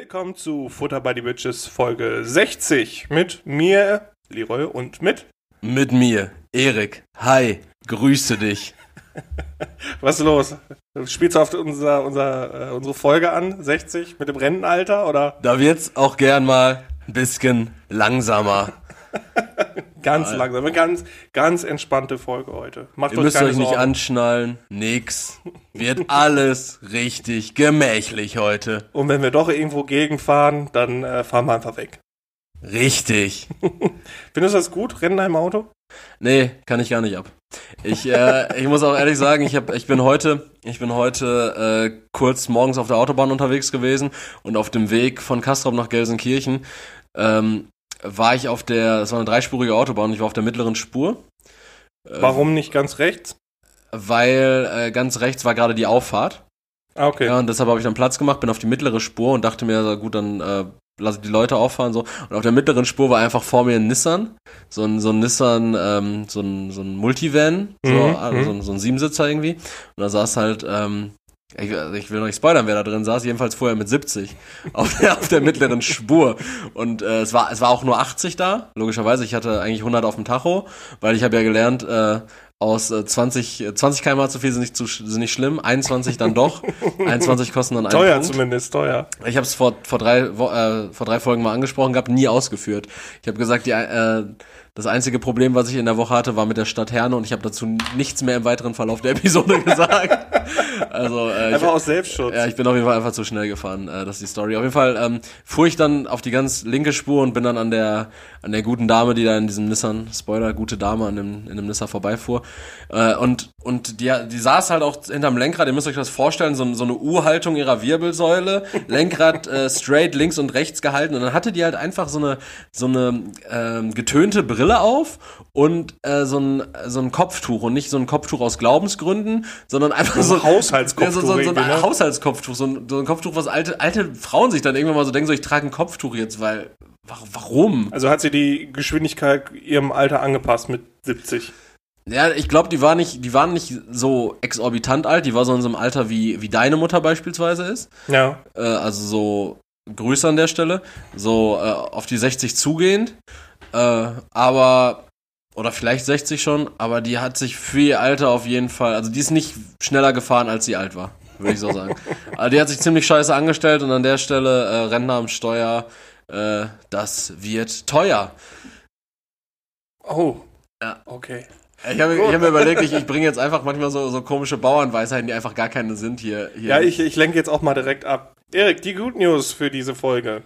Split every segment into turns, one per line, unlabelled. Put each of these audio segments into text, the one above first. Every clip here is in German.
willkommen zu Futter by the Bitches Folge 60 mit mir, Leroy, und mit
mir, Erik. Hi, grüße dich.
Was ist los? Spielst du auf unsere Folge an, 60, mit dem Rentenalter, oder?
Da wird's auch gern mal ein bisschen langsamer.
Ganz langsam, eine ganz entspannte Folge heute.
Ihr müsst euch nicht anschnallen, nix. Wird alles richtig gemächlich heute.
Und wenn wir doch irgendwo gegenfahren, dann fahren wir einfach weg.
Richtig.
Findest du das gut, Rennen im Auto?
Nee, kann ich gar nicht ab. Ich muss auch ehrlich sagen, ich bin heute kurz morgens auf der Autobahn unterwegs gewesen und auf dem Weg von Castrop nach Gelsenkirchen war ich es war eine dreispurige Autobahn, ich war auf der mittleren Spur.
Warum nicht ganz rechts?
Weil ganz rechts war gerade die Auffahrt.
Ah, okay.
Ja, und deshalb habe ich dann Platz gemacht, bin auf die mittlere Spur und dachte mir, gut, dann lasse die Leute auffahren so. Und auf der mittleren Spur war einfach vor mir ein Nissan, so ein Nissan, so ein Multivan, so ein Siebensitzer irgendwie. Und da saß halt, ich will noch nicht spoilern, wer da drin saß, jedenfalls vorher mit 70 auf der mittleren Spur. Und es war auch nur 80 da, logischerweise. Ich hatte eigentlich 100 auf dem Tacho, weil ich habe ja gelernt, aus 20 km/h zu viel sind nicht schlimm, 21 dann doch. 21 kosten dann einen
Teuer
Punkt.
Zumindest, teuer.
Ich habe es vor drei Folgen mal angesprochen gehabt, nie ausgeführt. Ich habe gesagt, das einzige Problem, was ich in der Woche hatte, war mit der Stadt Herne und ich habe dazu nichts mehr im weiteren Verlauf der Episode gesagt. Also
einfach aus Selbstschutz.
Ja, ich bin auf jeden Fall einfach zu schnell gefahren, das ist die Story. Auf jeden Fall fuhr ich dann auf die ganz linke Spur und bin dann an der guten Dame, die da in diesem Nissan, Spoiler, gute Dame in dem Nissan vorbeifuhr. Und die saß halt auch hinterm Lenkrad, ihr müsst euch das vorstellen, so eine U-Haltung ihrer Wirbelsäule, Lenkrad straight links und rechts gehalten und dann hatte die halt einfach so eine getönte Brille auf und so ein Kopftuch und nicht so ein Kopftuch aus Glaubensgründen, sondern einfach so ein
Haushaltskopftuch.
So ein Haushaltskopftuch, so ein Kopftuch, was alte Frauen sich dann irgendwann mal so denken, so ich trage ein Kopftuch jetzt, weil warum?
Also hat sie die Geschwindigkeit ihrem Alter angepasst mit 70?
Ja, ich glaube, die war nicht so exorbitant alt, die war so in so einem Alter wie deine Mutter beispielsweise ist.
Ja.
Also so Grüße an der Stelle, so auf die 60 zugehend, aber oder vielleicht 60 schon, aber die hat sich für ihr Alter auf jeden Fall, also die ist nicht schneller gefahren, als sie alt war, würde ich so sagen. Also die hat sich ziemlich scheiße angestellt und an der Stelle Rentner am Steuer, das wird teuer.
Oh.
Ja.
Okay.
Ich hab mir überlegt, ich bringe jetzt einfach manchmal so komische Bauernweisheiten, die einfach gar keine sind hier.
Ja, ich lenke jetzt auch mal direkt ab. Erik, die Good News für diese Folge.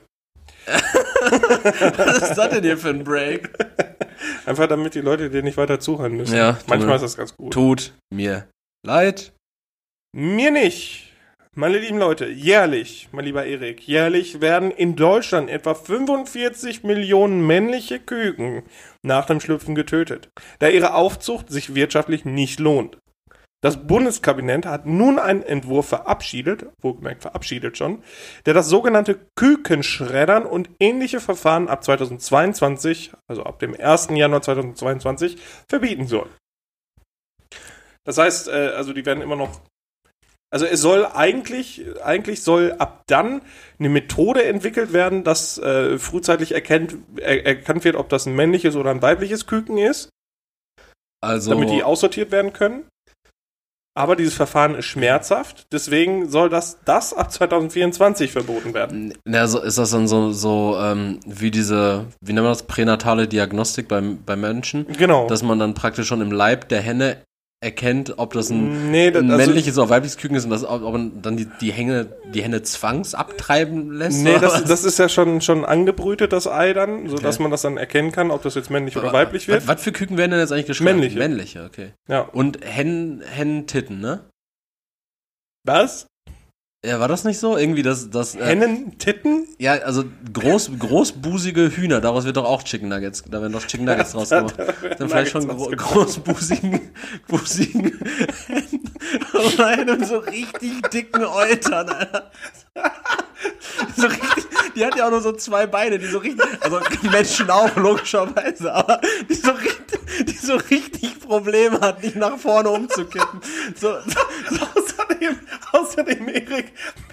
Was ist das denn hier für ein Break?
Einfach damit die Leute dir nicht weiter zuhören müssen.
Ja,
manchmal ist das ganz gut.
Tut mir leid.
Mir nicht. Meine lieben Leute, jährlich, mein lieber Erik, jährlich werden in Deutschland etwa 45 Millionen männliche Küken nach dem Schlüpfen getötet, da ihre Aufzucht sich wirtschaftlich nicht lohnt. Das Bundeskabinett hat nun einen Entwurf verabschiedet, wohlgemerkt verabschiedet schon, der das sogenannte Kükenschreddern und ähnliche Verfahren ab 2022, also ab dem 1. Januar 2022, verbieten soll. Das heißt, also die werden immer noch. Also es soll eigentlich soll ab dann eine Methode entwickelt werden, dass frühzeitig erkannt wird, ob das ein männliches oder ein weibliches Küken ist,
also
damit die aussortiert werden können. Aber dieses Verfahren ist schmerzhaft, deswegen soll das ab 2024 verboten werden.
Ja, so ist das dann so wie wie nennt man das, pränatale Diagnostik beim Menschen?
Genau.
Dass man dann praktisch schon im Leib der Henne erkennt, ob das ein männliches oder weibliches Küken ist und ob man dann die Henne zwangsabtreiben lässt?
Nee, das ist ja schon angebrütet, das Ei dann, sodass man das dann erkennen kann, ob das jetzt männlich oder weiblich wird.
Was für Küken werden denn jetzt eigentlich geschlagen?
Männliche,
okay.
Ja.
Und Hennen-Titten, ne?
Was?
Ja, war das nicht so? Irgendwie das
Hennen-Titten?
Ja, also großbusige Hühner, daraus wird doch auch Chicken Nuggets, da werden doch Chicken Nuggets draus gemacht. Dann vielleicht schon großbusigen Hennen und einem so richtig dicken Eutern, Alter. So richtig, die hat ja auch nur so 2 Beine, die so richtig, also Menschen auch logischerweise, aber die so richtig Probleme hat, nicht nach vorne umzukippen. So
Außerdem, Erik,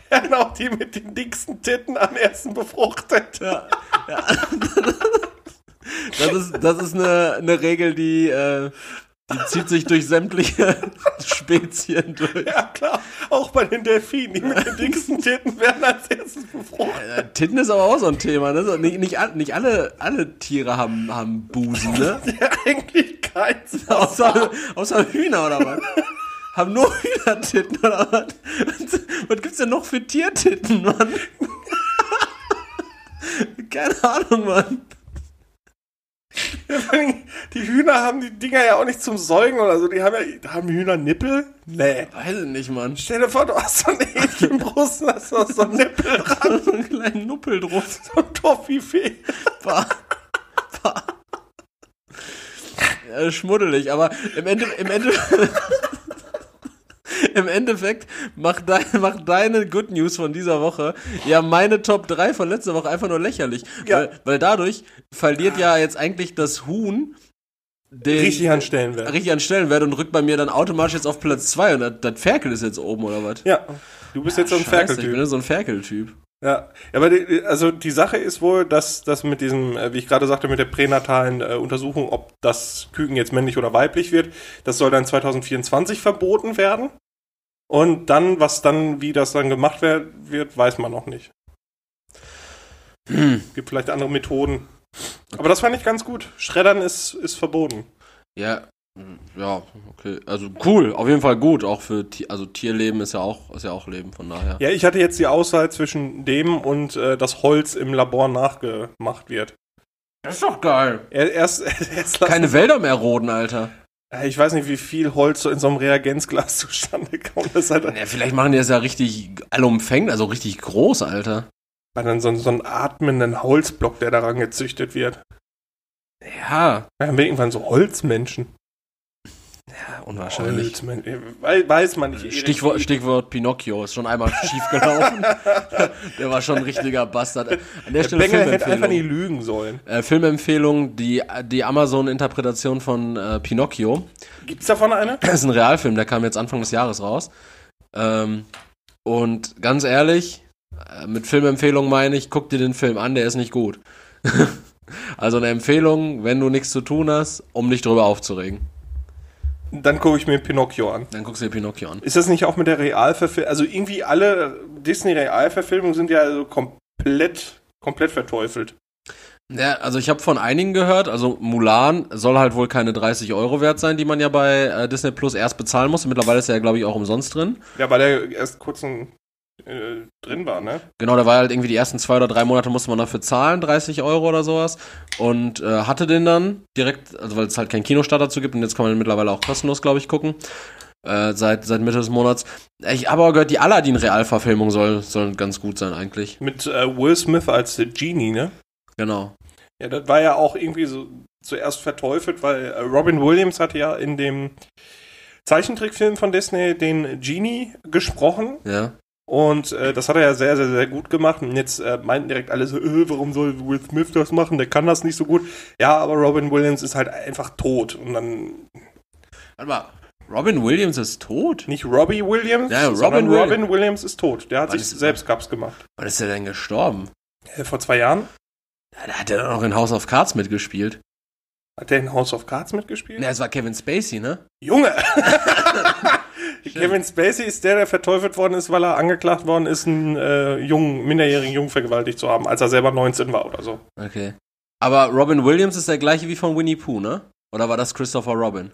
werden auch die mit den dicksten Titten am ersten befruchtet.
Ja. Das ist eine Regel, die zieht sich durch sämtliche Spezien durch.
Ja, klar. Auch bei den Delfinen, die mit den dicksten Titten werden als erstes befruchtet.
Titten ist aber auch so ein Thema, ne? Nicht alle Tiere haben Busen, ne?
Ja, eigentlich keins.
Außer Hühner oder was? Haben nur Hühnertitten oder was? Was gibt's denn noch für Tiertitten, Mann? Keine Ahnung, Mann.
Die Hühner haben die Dinger ja auch nicht zum Säugen oder so. Haben Hühner Nippel? Nee.
Weiß ich nicht, Mann.
Stell dir vor, du hast so eine Hähnchenbrust und hast so einen Nippel dran.
So einen kleinen Nuppel drauf.
So ein Toffifee.
Ja, schmuddelig, aber im Endeffekt macht deine Good News von dieser Woche ja meine Top 3 von letzter Woche einfach nur lächerlich.
Ja.
Weil dadurch verliert ja jetzt eigentlich das Huhn den
Richtig an Stellenwert.
Und rückt bei mir dann automatisch jetzt auf Platz 2 und das Ferkel ist jetzt oben, oder was?
Ja, du bist jetzt so ein Ferkeltyp.
Ich bin so ein Ferkeltyp.
Ja, aber die Sache ist wohl, dass das mit diesem, wie ich gerade sagte, mit der pränatalen Untersuchung, ob das Küken jetzt männlich oder weiblich wird, das soll dann 2024 verboten werden. Und dann, wie das dann gemacht wird, weiß man noch nicht. Gibt vielleicht andere Methoden. Aber das fand ich ganz gut. Schreddern ist verboten.
Ja, okay. Also cool, auf jeden Fall gut. Auch für Tierleben ist ja auch Leben, von daher.
Ja, ich hatte jetzt die Auswahl zwischen dem und das Holz im Labor nachgemacht wird.
Das ist doch geil.
Erst
keine Wälder mehr roden, Alter.
Ich weiß nicht, wie viel Holz so in so einem Reagenzglas zustande kommt. Das halt
ja, vielleicht machen die das ja richtig allumfänglich, also richtig groß, Alter.
Weil dann so einen atmenden Holzblock, der daran gezüchtet wird.
Ja.
Wir haben irgendwann so Holzmenschen.
Ja, unwahrscheinlich.
Weiß man nicht.
Stichwort Pinocchio, ist schon einmal schief gelaufen. Der war schon ein richtiger Bastard. An der Stelle
Bengel hätte einfach nie lügen sollen.
Filmempfehlung, die Amazon-Interpretation von Pinocchio.
Gibt's davon eine?
Das ist ein Realfilm, der kam jetzt Anfang des Jahres raus. Und ganz ehrlich, mit Filmempfehlung meine ich, guck dir den Film an, der ist nicht gut. Also eine Empfehlung, wenn du nichts zu tun hast, um dich drüber aufzuregen.
Dann gucke ich mir Pinocchio an.
Dann guckst du dir Pinocchio an.
Ist das nicht auch mit der Realverfilmung? Also irgendwie alle Disney-Realverfilmungen sind ja also komplett verteufelt.
Ja, also ich habe von einigen gehört, also Mulan soll halt wohl keine 30 € wert sein, die man ja bei Disney Plus erst bezahlen muss. Mittlerweile ist er ja, glaube ich, auch umsonst drin.
Ja, weil er erst kurz drin war, ne?
Genau, da war halt irgendwie die ersten 2 oder 3 Monate musste man dafür zahlen, 30 € oder sowas. Und hatte den dann direkt, also weil es halt keinen Kinostart dazu gibt und jetzt kann man den mittlerweile auch kostenlos, glaube ich, gucken. Seit Mitte des Monats. Ich habe aber gehört, die Aladdin-Realverfilmung soll ganz gut sein eigentlich.
Mit Will Smith als Genie, ne?
Genau.
Ja, das war ja auch irgendwie so zuerst verteufelt, weil Robin Williams hatte ja in dem Zeichentrickfilm von Disney den Genie gesprochen.
Ja.
Und das hat er ja sehr, sehr, sehr gut gemacht. Und jetzt meinten direkt alle so, warum soll Will Smith das machen? Der kann das nicht so gut. Ja, aber Robin Williams ist halt einfach tot. Und dann...
Warte mal, Robin Williams ist tot?
Nicht Robbie Williams,
ja,
sondern Robin Williams ist tot. Der hat sich selbst Gaps gemacht.
Wann ist der denn gestorben?
Vor 2 Jahren.
Ja, da hat er doch noch in House of Cards mitgespielt.
Hat der in House of Cards mitgespielt?
Ja, es war Kevin Spacey, ne?
Junge! Kevin Spacey ist der verteufelt worden ist, weil er angeklagt worden ist, einen minderjährigen Jungen vergewaltigt zu haben, als er selber 19 war oder so.
Okay. Aber Robin Williams ist der gleiche wie von Winnie Pooh, ne? Oder war das Christopher Robin?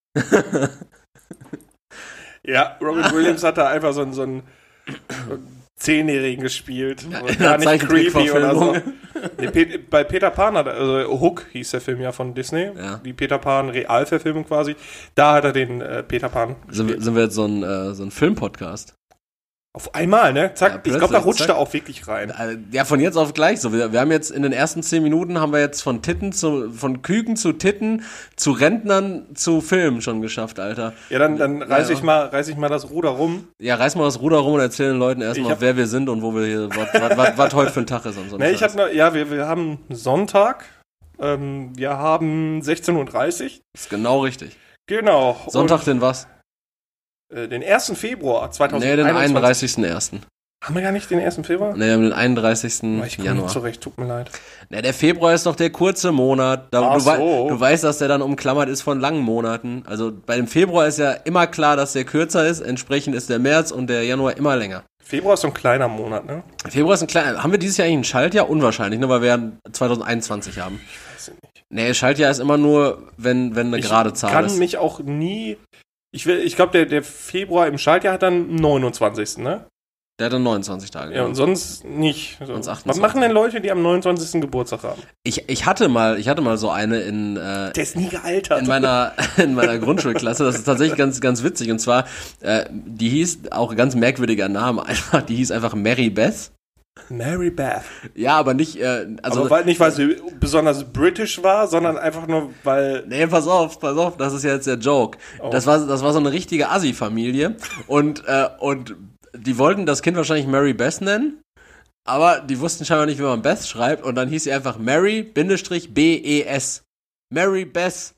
Ja, Robin Williams hat da einfach so einen 10-Jährigen gespielt.
Ja,
gar nicht creepy oder so. Nee, bei Peter Pan also Hook hieß der Film ja von Disney.
Ja.
Die Peter Pan Realverfilmung quasi. Da hat er den Peter Pan gespielt.
Sind wir jetzt so ein Filmpodcast?
Auf einmal, ne? Zack,
ja,
ich glaube, da rutscht er auch wirklich rein.
Ja, von jetzt auf gleich so. Wir haben jetzt in den ersten 10 Minuten haben wir jetzt von Küken zu Titten, zu Rentnern, zu Filmen schon geschafft, Alter.
Ja, dann reiß ich mal das Ruder rum.
Ja, reiß mal das Ruder rum und erzähl den Leuten erstmal, wer wir sind und wo wir hier, was heute für ein Tag ist und so.
Ne, wir haben Sonntag, wir haben 16:30 Uhr.
Ist genau richtig.
Genau.
Sonntag denn was?
Den 1. Februar 2021.
Nee, den 31.01.
Haben wir gar nicht den 1. Februar?
Ne, wir haben den 31.
Ich komme
Januar.
nicht zurecht, tut mir leid.
Ne, der Februar ist doch der kurze Monat.
Ach so.
Du weißt, dass der dann umklammert ist von langen Monaten. Also bei dem Februar ist ja immer klar, dass der kürzer ist. Entsprechend ist der März und der Januar immer länger.
Februar ist so ein kleiner Monat, ne?
Februar ist ein kleiner. Haben wir dieses Jahr eigentlich ein Schaltjahr? Unwahrscheinlich, ne? Weil wir ja 2021 haben.
Ich weiß es nicht.
Nee, Schaltjahr ist immer nur, wenn eine gerade Zahl
Ich
ist.
kann mich auch nie... Ich glaube, der Februar im Schaltjahr hat dann 29., ne?
Der hat dann 29 Tage.
Ja, und sonst nicht. So.
Sonst
Was
28.
machen denn Leute, die am 29. Geburtstag haben?
Ich hatte mal so eine in
Der ist nie gealtert.
in meiner Grundschulklasse. Das ist tatsächlich ganz, ganz witzig. Und zwar, die hieß, auch ganz merkwürdiger Name einfach, die hieß einfach Mary Beth.
Mary Beth.
Ja, aber nicht, also.
Aber nicht, weil sie besonders britisch war, sondern einfach nur, weil...
Nee, pass auf, das ist ja jetzt der Joke.
Oh.
Das war so eine richtige Assi-Familie. Und die wollten das Kind wahrscheinlich Mary Beth nennen. Aber die wussten scheinbar nicht, wie man Beth schreibt. Und dann hieß sie einfach Mary-B-E-S. Mary Beth.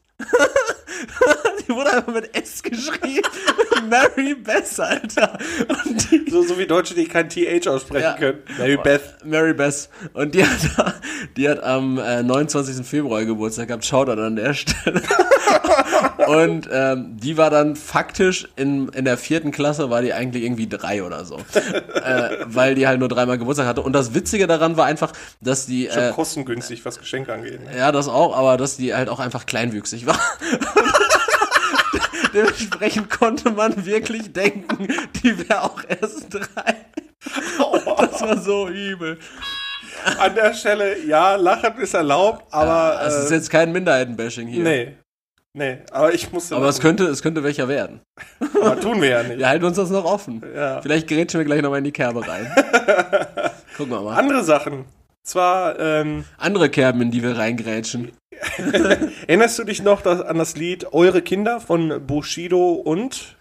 Die wurde einfach mit S geschrieben. Mary Beth, Alter. Und die,
So wie Deutsche, die kein TH aussprechen können. Mary Beth.
Mary Beth. Und die hat am 29. Februar Geburtstag gehabt. Shoutout an der Stelle. Und die war dann faktisch in der 4. Klasse war die eigentlich irgendwie 3 oder so. Weil die halt nur 3-mal Geburtstag hatte. Und das Witzige daran war einfach, dass die...
Schon kostengünstig, was Geschenke angeht. Ne?
Ja, das auch, aber dass die halt auch einfach kleinwüchsig war. Dementsprechend konnte man wirklich denken, die wäre auch erst 3. Das war so übel.
An der Stelle, ja, Lachen ist erlaubt, aber...
Es ist jetzt kein Minderheitenbashing hier.
Nee, aber ich musste...
Aber es könnte welcher werden.
Aber tun wir ja nicht.
Wir halten uns das noch offen.
Ja.
Vielleicht grätschen wir gleich nochmal in die Kerbe rein. Gucken wir mal.
Andere Sachen. Zwar,
Andere Kerben, in die wir reingrätschen.
erinnerst du dich noch an das Lied Eure Kinder von Bushido und...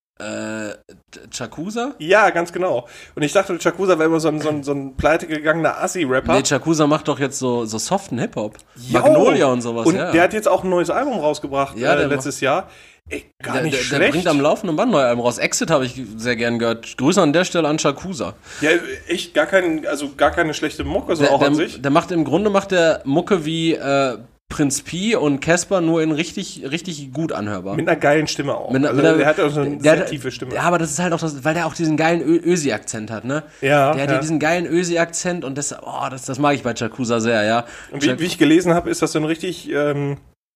Chakusa?
Ja, ganz genau. Und ich dachte, Chakusa wäre immer so ein pleite gegangener Assi-Rapper.
Nee, Chakusa macht doch jetzt so soften Hip-Hop.
Jo!
Magnolia und sowas,
Und
ja.
der hat jetzt auch ein neues Album rausgebracht,
Ja, der
letztes Jahr. Ey, gar nicht
der
schlecht.
bringt am laufenden Band neue Alben raus. Exit habe ich sehr gern gehört. Grüße an der Stelle an Chakusa.
Ja, echt gar keine schlechte Mucke, so auch an sich.
Der macht Mucke wie Prinz Pi und Casper, nur in richtig, richtig gut anhörbar.
Mit einer geilen Stimme auch. Der hat auch so eine sehr tiefe Stimme.
Ja, aber das ist halt auch weil der auch diesen geilen Ösi-Akzent hat, ne?
Ja.
Der hat ja diesen geilen Ösi-Akzent und das mag ich bei Chakusa sehr, ja.
Und wie ich gelesen habe, ist das so ein richtig, der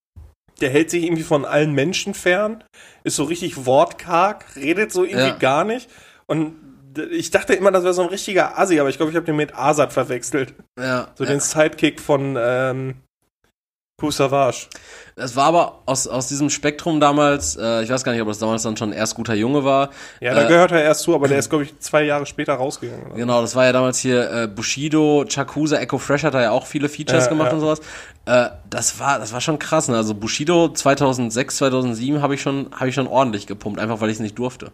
hält sich irgendwie von allen Menschen fern, ist so richtig wortkarg, redet so irgendwie gar nicht. Und ich dachte immer, das wäre so ein richtiger Assi, aber ich glaube, ich habe den mit Azad verwechselt.
Ja.
So den Sidekick von Kool Savas.
Das war aber aus diesem Spektrum damals, ich weiß gar nicht, ob das damals dann schon erst guter Junge war.
Ja, da gehört er erst zu, aber der ist, glaube ich, 2 Jahre später rausgegangen. Oder?
Genau, das war ja damals hier Bushido, Chakusa, Echo Fresh hat da ja auch viele Features gemacht und sowas. Das war schon krass, ne? Also Bushido 2006, 2007 habe ich schon ordentlich gepumpt, einfach weil ich es nicht durfte.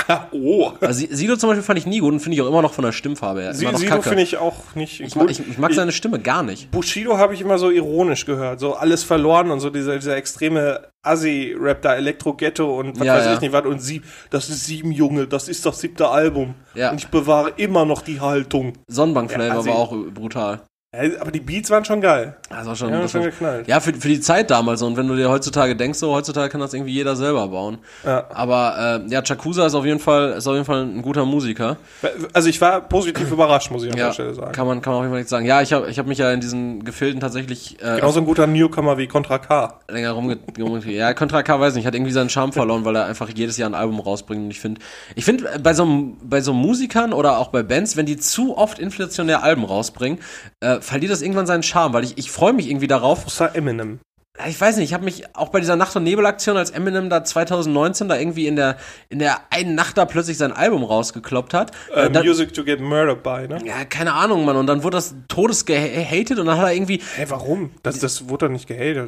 Oh.
Also Sido zum Beispiel fand ich nie gut und finde ich auch immer noch von der Stimmfarbe her. Immer noch
Sido finde ich auch nicht gut.
Ich mag seine Stimme gar nicht.
Bushido habe ich immer so ironisch gehört, so alles verloren und so dieser extreme Assi-Rap da, Elektro-Ghetto und was weiß ich nicht was und das ist 7, Junge, das ist das 7. Album.
Ja.
Und ich bewahre immer noch die Haltung.
Sonnenbank-Flavor war auch brutal.
Ja, aber die Beats waren schon geil.
Das war schon,
Ja, schon geknallt.
Ja, für die Zeit damals. Und wenn du dir heutzutage denkst, heutzutage kann das irgendwie jeder selber bauen.
Ja.
Aber Chakusa ist auf jeden Fall ein guter Musiker.
Also ich war positiv überrascht, muss ich an der Stelle sagen.
Kann man auf jeden Fall nicht sagen. Ja, ich hab mich ja in diesen Gefilden tatsächlich
genauso ein guter Newcomer wie Contra K.
länger rumgekriegt. Ja, Contra K weiß nicht, hat irgendwie seinen Charme verloren, weil er einfach jedes Jahr ein Album rausbringt. Und ich finde bei so Musikern oder auch bei Bands, wenn die zu oft inflationär Alben rausbringen, verliert das irgendwann seinen Charme, weil ich freue mich irgendwie darauf.
Außer Eminem.
Ich weiß nicht, ich habe mich auch bei dieser Nacht- und Nebel-Aktion, als Eminem da 2019 da irgendwie in der einen Nacht da plötzlich sein Album rausgekloppt hat.
Music to get murdered by, ne?
Ja, keine Ahnung, Mann. Und dann wurde das todes gehatet und dann hat er irgendwie...
Hä, warum? Das wurde doch nicht gehatet.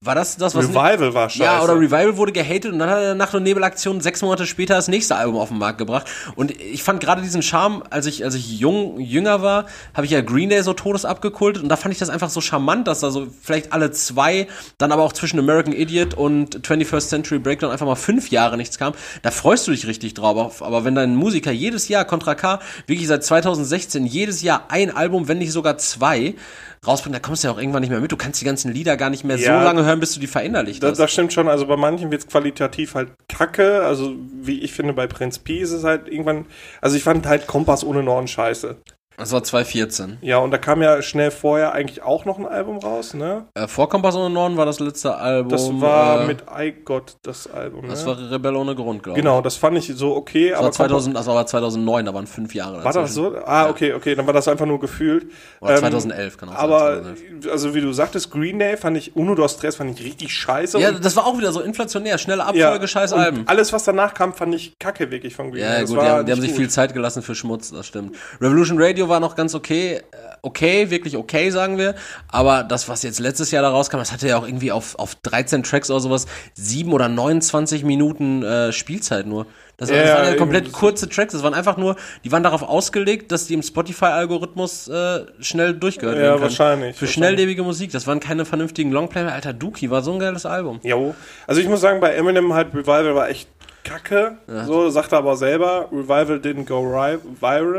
War das was...
Revival war scheiße.
Ja, oder Revival wurde gehatet und dann hat er Nacht- und Nebelaktion 6 Monate später das nächste Album auf den Markt gebracht. Und ich fand gerade diesen Charme, als ich jünger war, habe ich ja Green Day so todes abgekultet und da fand ich das einfach so charmant, dass da so vielleicht alle 2, dann aber auch zwischen American Idiot und 21st Century Breakdown einfach mal 5 Jahre nichts kam. Da freust du dich richtig drauf. Aber wenn dein Musiker jedes Jahr, Contra K, wirklich seit 2016, jedes Jahr ein Album, wenn nicht sogar 2, rausbringen, da kommst du ja auch irgendwann nicht mehr mit. Du kannst die ganzen Lieder gar nicht mehr so lange hören, bis du die verinnerlicht hast.
Das stimmt schon. Also bei manchen wird es qualitativ halt kacke. Also wie ich finde, bei Prinz Pi ist es halt irgendwann... Also ich fand halt Kompass ohne Norden scheiße.
Das war 2014.
Ja, und da kam ja schnell vorher eigentlich auch noch ein Album raus, ne?
Vor Kompass ohne Norden war das letzte Album.
Das war mit I Got das Album, ne?
Das war Rebell ohne Grund, glaube ich.
Genau, das fand ich so okay.
Das war 2009, da waren 5 Jahre dazwischen.
War das so? Okay, dann war das einfach nur gefühlt.
Oder 2011, kann auch sein.
Aber,
2011.
also wie du sagtest, Green Day fand ich, Uno dos Tres fand ich richtig scheiße.
Ja, das war auch wieder so inflationär, schnelle Abfolge, scheiß Alben.
Alles, was danach kam, fand ich kacke wirklich von Green Day.
Ja,
das
gut, die haben sich viel Zeit gelassen für Schmutz, das stimmt. Revolution Radio war noch ganz okay, wirklich okay, sagen wir. Aber das, was jetzt letztes Jahr da rauskam, das hatte ja auch irgendwie auf 13 Tracks oder sowas 7 oder 29 Minuten Spielzeit nur. Das waren ja komplett kurze Tracks. Das waren einfach nur, die waren darauf ausgelegt, dass die im Spotify-Algorithmus schnell durchgehört werden können.
Wahrscheinlich.
Für schnelllebige Musik. Das waren keine vernünftigen Longplayer. Alter, Dookie war so ein geiles Album.
Jo. Also ich muss sagen, bei Eminem halt Revival war echt kacke. Ja. So, sagt er aber selber. Revival didn't go viral.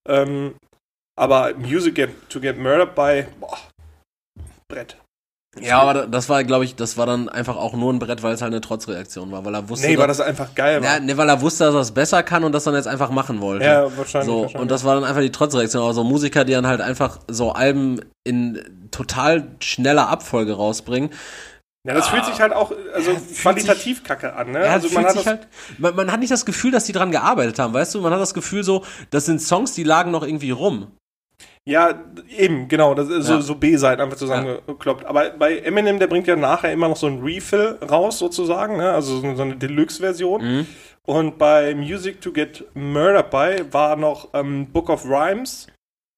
Aber Music to Get Murdered by, Brett.
Ja, aber das war, glaube ich, das war dann einfach auch nur ein Brett, weil es halt eine Trotzreaktion war, weil er wusste...
weil das einfach geil war.
Ja, weil er wusste, dass er es besser kann und das dann jetzt einfach machen wollte.
Ja, wahrscheinlich.
Und das war dann einfach die Trotzreaktion. Also Musiker, die dann halt einfach so Alben in total schneller Abfolge rausbringen.
Ja, das fühlt sich halt auch qualitativ kacke an, ne?
Ja, also man hat nicht das Gefühl, dass die dran gearbeitet haben, weißt du? Man hat das Gefühl so, das sind Songs, die lagen noch irgendwie rum.
Ja, eben, genau, das ist so B-Seiten einfach zusammengekloppt. Aber bei Eminem, der bringt ja nachher immer noch so ein Refill raus, sozusagen, ne? Also so eine Deluxe-Version. Mhm. Und bei Music to Get Murdered by war noch Book of Rhymes,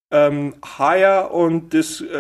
Higher und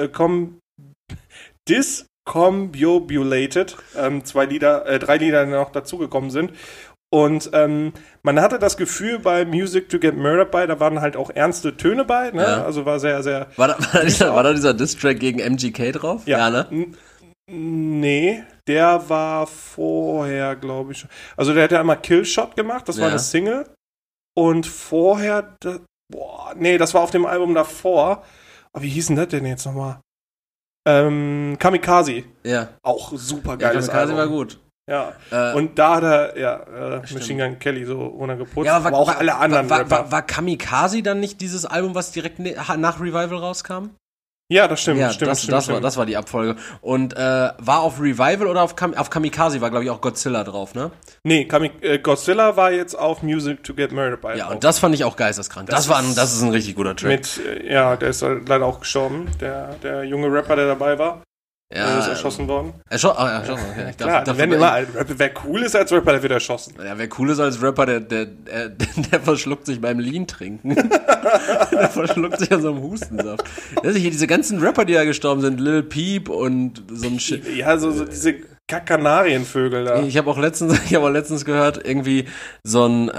Discombobulated, 3 Lieder, die noch dazugekommen sind. Und man hatte das Gefühl bei Music to Get Murdered by, da waren halt auch ernste Töne bei, ne? Ja. Also war sehr, sehr...
War da dieser Diss-Track gegen MGK drauf?
Ja, ne? Nee, der war vorher, glaube ich. Also der hat ja einmal Killshot gemacht, das war eine Single. Und vorher... das war auf dem Album davor. Aber wie hieß denn das denn jetzt nochmal? Kamikaze.
Ja.
Auch super geiles
Kamikaze
Album.
war gut.
Ja, und da hat er, Machine Gun Kelly so runtergeputzt,
ja,
aber auch alle anderen Rapper.
War Kamikaze dann nicht dieses Album, was direkt nach Revival rauskam?
Ja, das stimmt.
Ja, das war die Abfolge. Und war auf Revival oder auf Kamikaze war, glaube ich, auch Godzilla drauf, ne?
Nee, Godzilla war jetzt auf Music to Get Murdered by.
Ja, und das fand ich auch geisteskrank. Das ist ein richtig guter Track.
Der ist leider auch gestorben, der junge Rapper, der dabei war. Ja, der ist erschossen worden.
Erschossen, okay.
Wer cool ist als Rapper, der wird erschossen.
Ja, wer cool ist als Rapper, der verschluckt sich beim Lean trinken. Der verschluckt sich an so einem Hustensaft. Das sind hier diese ganzen Rapper, die da gestorben sind, Lil Peep und so ein Shit.
Ja, so diese Kanarienvögel da.
Ich habe auch letztens gehört, irgendwie so ein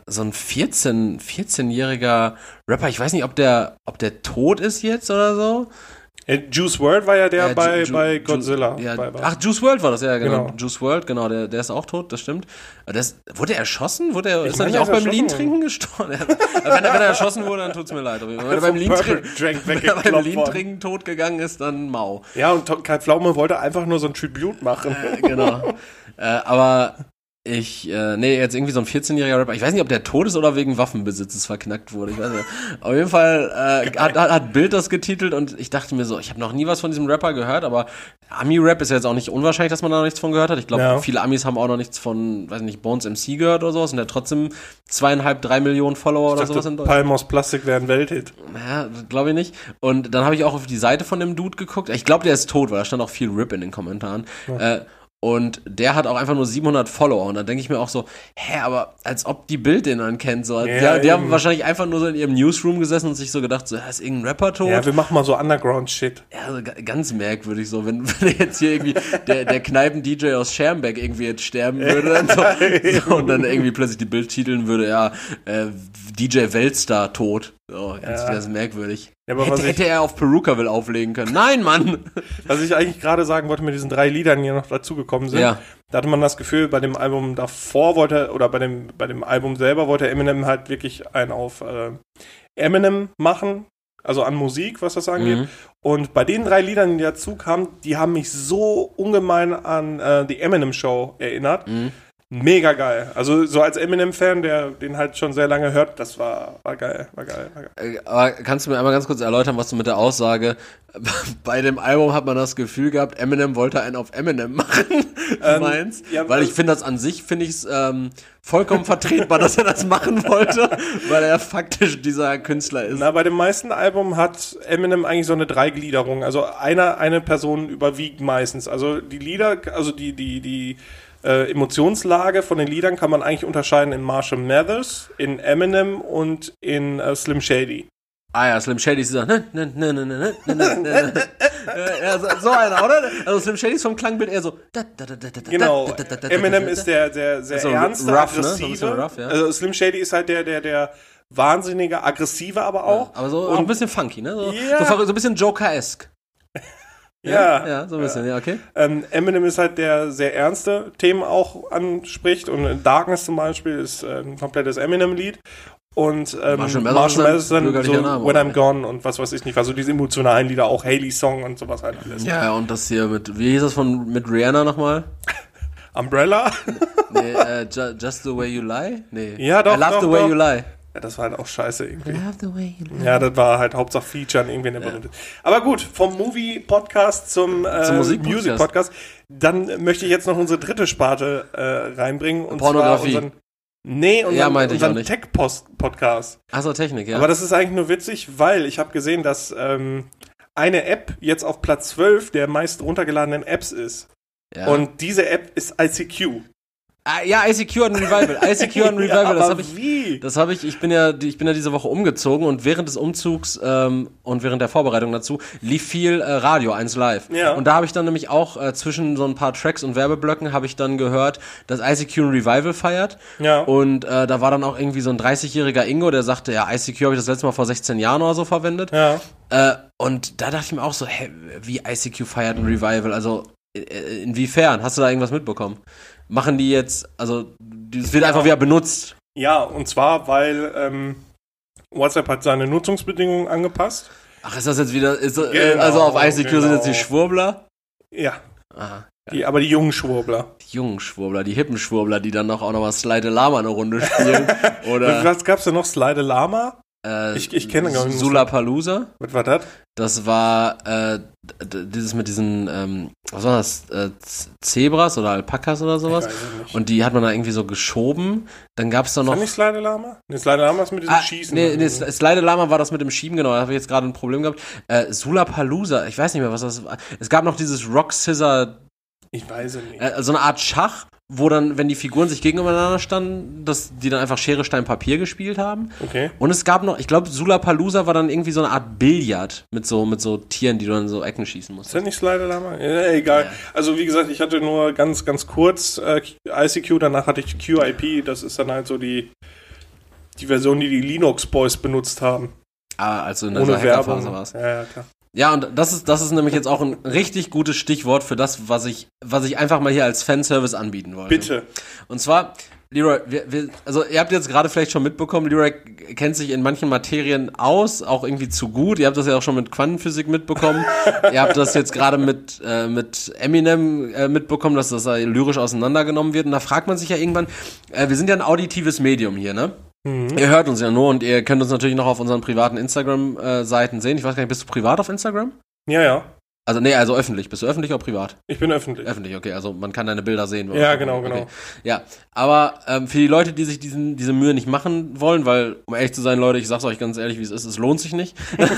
14-jähriger Rapper, ich weiß nicht, ob der tot ist jetzt oder so.
Juice WRLD war ja der bei Godzilla.
Ach, Juice WRLD war das, ja, genau. Juice WRLD, genau, der ist auch tot, das stimmt. Wurde er erschossen? Ist er nicht auch beim Lean-Trinken gestorben? Wenn er erschossen wurde, dann tut's mir leid. Wenn er beim Lean-Trinken tot gegangen ist, dann mau.
Ja, und Kai Pflaume wollte einfach nur so ein Tribute machen.
Genau. Aber... jetzt irgendwie so ein 14-jähriger Rapper, ich weiß nicht, ob der tot ist oder wegen Waffenbesitzes verknackt wurde, ich weiß nicht. Auf jeden Fall hat Bild das getitelt und ich dachte mir so, ich habe noch nie was von diesem Rapper gehört, aber Ami-Rap ist ja jetzt auch nicht unwahrscheinlich, dass man da noch nichts von gehört hat. Ich glaube, viele Amis haben auch noch nichts von, weiß nicht, Bones MC gehört oder sowas und der hat trotzdem 2,5-3 Millionen Follower oder sowas in Deutschland.
Palm aus Plastik wäre ein Welthit.
Ja, glaube ich nicht. Und dann habe ich auch auf die Seite von dem Dude geguckt. Ich glaube, der ist tot, weil da stand auch viel Rip in den Kommentaren. Ja. Und der hat auch einfach nur 700 Follower. Und dann denke ich mir auch so, aber als ob die Bild den dann kennt. So.
Ja,
die haben wahrscheinlich einfach nur so in ihrem Newsroom gesessen und sich so gedacht, so, ist irgendein Rapper tot?
Ja, wir machen mal so Underground-Shit.
Ja, also ganz merkwürdig so, wenn jetzt hier irgendwie der Kneipen-DJ aus Schermbeck irgendwie jetzt sterben würde und dann irgendwie plötzlich die Bild titeln würde, DJ Weltstar tot. So, ganz merkwürdig.
Ja, aber
hätte er auf Perukaville auflegen können. Nein, Mann!
Was ich eigentlich gerade sagen wollte mit diesen 3 Liedern, die noch dazugekommen sind, da hatte man das Gefühl, bei dem Album davor bei dem Album selber wollte Eminem halt wirklich einen auf Eminem machen, also an Musik, was das angeht. Und bei den 3 Liedern, die dazu kamen, die haben mich so ungemein an die Eminem Show erinnert. Mega geil. Also so als Eminem-Fan, der den halt schon sehr lange hört, das war geil.
Aber kannst du mir einmal ganz kurz erläutern, was du mit der Aussage, bei dem Album hat man das Gefühl gehabt, Eminem wollte einen auf Eminem machen, meinst? Ja, weil ich finde das an sich, vollkommen vertretbar, dass er das machen wollte, weil er faktisch dieser Künstler ist.
Na, bei dem meisten Album hat Eminem eigentlich so eine Dreigliederung. Also eine Person überwiegt meistens. Also die Lieder, also die Emotionslage von den Liedern kann man eigentlich unterscheiden in Marshall Mathers, in Eminem und in Slim Shady.
Ah ja, Slim Shady ist dieser ja, so einer, oder? Also Slim Shady ist vom Klangbild eher so
genau, Eminem ist der sehr ernste,
rough,
aggressive.
Ne? So rough, ja.
Also Slim Shady ist halt der wahnsinnige, aggressive aber auch.
Ja, aber so auch ein bisschen funky, ne? So ein bisschen Joker-esque.
Ja,
so ein bisschen, ja, okay.
Eminem ist halt der sehr ernste Themen auch anspricht und Darkness zum Beispiel ist ein komplettes Eminem-Lied und Marshall Mathers dann so Name, When I'm Gone und was weiß ich nicht, also diese emotionalen Lieder, auch Haley-Song und sowas halt alles.
Ja, und das hier wie hieß das mit Rihanna nochmal?
Umbrella?
Nee, Just the Way You Lie? Nee.
Ja, doch,
I Love the Way You Lie.
Ja, das war halt auch scheiße irgendwie.
I love the way you lie.
Ja, das war halt Hauptsache Feature irgendwie eine berühmte. Aber gut, vom Movie-Podcast zum Music-Podcast. Dann möchte ich jetzt noch unsere dritte Sparte reinbringen. Und
Pornografie.
Zwar unseren Tech-Podcast.
Achso, Technik, ja.
Aber das ist eigentlich nur witzig, weil ich habe gesehen, dass eine App jetzt auf Platz 12 der meist runtergeladenen Apps ist. Ja. Und diese App ist ICQ.
Ja, ICQ hat ein Revival. Das habe ich. Ich bin ja diese Woche umgezogen und während des Umzugs und während der Vorbereitung dazu lief viel Radio 1 Live.
Ja.
Und da habe ich dann nämlich auch zwischen so ein paar Tracks und Werbeblöcken habe ich dann gehört, dass ICQ ein Revival feiert.
Ja.
Und da war dann auch irgendwie so ein 30-jähriger Ingo, der sagte, ja, ICQ habe ich das letzte Mal vor 16 Jahren oder so verwendet.
Ja.
Und da dachte ich mir auch so, wie ICQ feiert ein Revival? Also inwiefern? Hast du da irgendwas mitbekommen? Machen die jetzt, also es wird einfach wieder benutzt.
Ja, und zwar, weil WhatsApp hat seine Nutzungsbedingungen angepasst.
Ach, ist das jetzt wieder,
Genau,
also auf ICQ sind jetzt die Schwurbler?
Ja.
Aha.
Aber die jungen Schwurbler.
Die jungen Schwurbler, die hippen Schwurbler, die dann auch noch mal Slide Lama eine Runde spielen. Oder
was gab's denn noch? Slide Lama? Ich kenne gar nicht.
Sulapalooza.
Was war das?
Das war dieses mit diesen, was war das? Zebras oder Alpakas oder sowas.
Ich weiß es nicht.
Und die hat man da irgendwie so geschoben. Dann gab's da noch.
War nicht Slide Lama? Ne, Slide Lama ist mit diesem Schießen.
Nee, Slide Lama war das mit dem Schieben, genau. Da habe ich jetzt gerade ein Problem gehabt. Sulapalooza, ich weiß nicht mehr, was das war. Es gab noch dieses Rock Scissor.
Ich weiß es nicht.
So eine Art Schach, wo dann, wenn die Figuren sich gegeneinander standen, dass die dann einfach Schere, Stein, Papier gespielt haben.
Okay.
Und es gab noch, ich glaube, Sulapalooza war dann irgendwie so eine Art Billard mit so Tieren, die du dann so Ecken schießen musst.
Ist das nicht Slide Lama? Ja, egal. Ja. Also wie gesagt, ich hatte nur ganz kurz ICQ, danach hatte ich QIP, das ist dann halt so die Version, die Linux Boys benutzt haben.
Also in der
Ohne
Hackerphase
Werbung.
war's.
Ja, klar.
Ja, und das ist nämlich jetzt auch ein richtig gutes Stichwort für das, was ich einfach mal hier als Fanservice anbieten wollte.
Bitte.
Und zwar, Leroy, also ihr habt jetzt gerade vielleicht schon mitbekommen, Leroy kennt sich in manchen Materien aus, auch irgendwie zu gut. Ihr habt das ja auch schon mit Quantenphysik mitbekommen. Ihr habt das jetzt gerade mit Eminem mitbekommen, dass das lyrisch auseinandergenommen wird. Und da fragt man sich ja irgendwann, wir sind ja ein auditives Medium hier, ne? Mhm. Ihr hört uns ja nur und ihr könnt uns natürlich noch auf unseren privaten Instagram-Seiten sehen. Ich weiß gar nicht, bist du privat auf Instagram?
Ja.
Also öffentlich. Bist du öffentlich oder privat?
Ich bin öffentlich.
Öffentlich, okay. Also man kann deine Bilder sehen.
Ja, genau.
Okay. Ja, aber für die Leute, die sich diese Mühe nicht machen wollen, weil, um ehrlich zu sein, Leute, ich sag's euch ganz ehrlich, wie es lohnt sich nicht.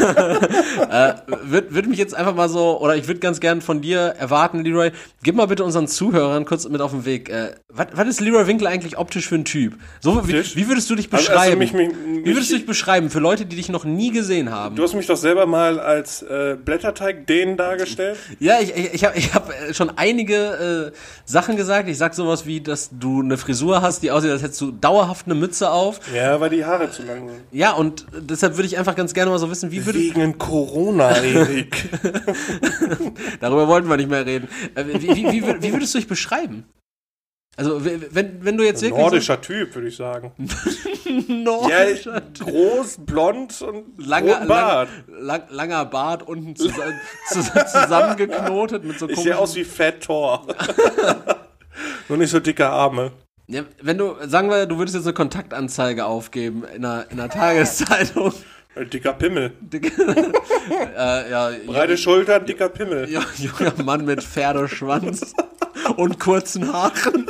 Würde mich jetzt einfach mal so, oder ich würde ganz gern von dir erwarten, Leroy, gib mal bitte unseren Zuhörern kurz mit auf den Weg. Was ist Leroy Winkler eigentlich optisch für ein Typ? So, wie würdest du dich beschreiben? Wie würdest du dich beschreiben für Leute, die dich noch nie gesehen haben?
Du hast mich doch selber mal als Blätterteig-Dehn dargestellt.
Ja, ich hab schon einige Sachen gesagt. Ich sag sowas wie, dass du eine Frisur hast, die aussieht, als hättest du dauerhaft eine Mütze auf.
Ja, weil die Haare zu lang sind.
Ja, und deshalb würde ich einfach ganz gerne mal so wissen,
Wegen Corona, Erik.
Darüber wollten wir nicht mehr reden. Wie würdest du dich beschreiben? Also, wenn du jetzt wirklich
nordischer Typ, würde ich sagen.
Nordischer Typ.
Groß, blond und
langer
Bart.
Langer Bart, unten zusammengeknotet mit so komischen...
Ich sehe aus wie Fat Thor. Nur nicht so dicke Arme.
Ja, wenn du, sagen wir, du würdest jetzt eine Kontaktanzeige aufgeben in einer Tageszeitung.
Dicker Pimmel.
Ja,
breite Schultern, dicker Pimmel.
Ja, junger Mann mit Pferdeschwanz und kurzen Haaren.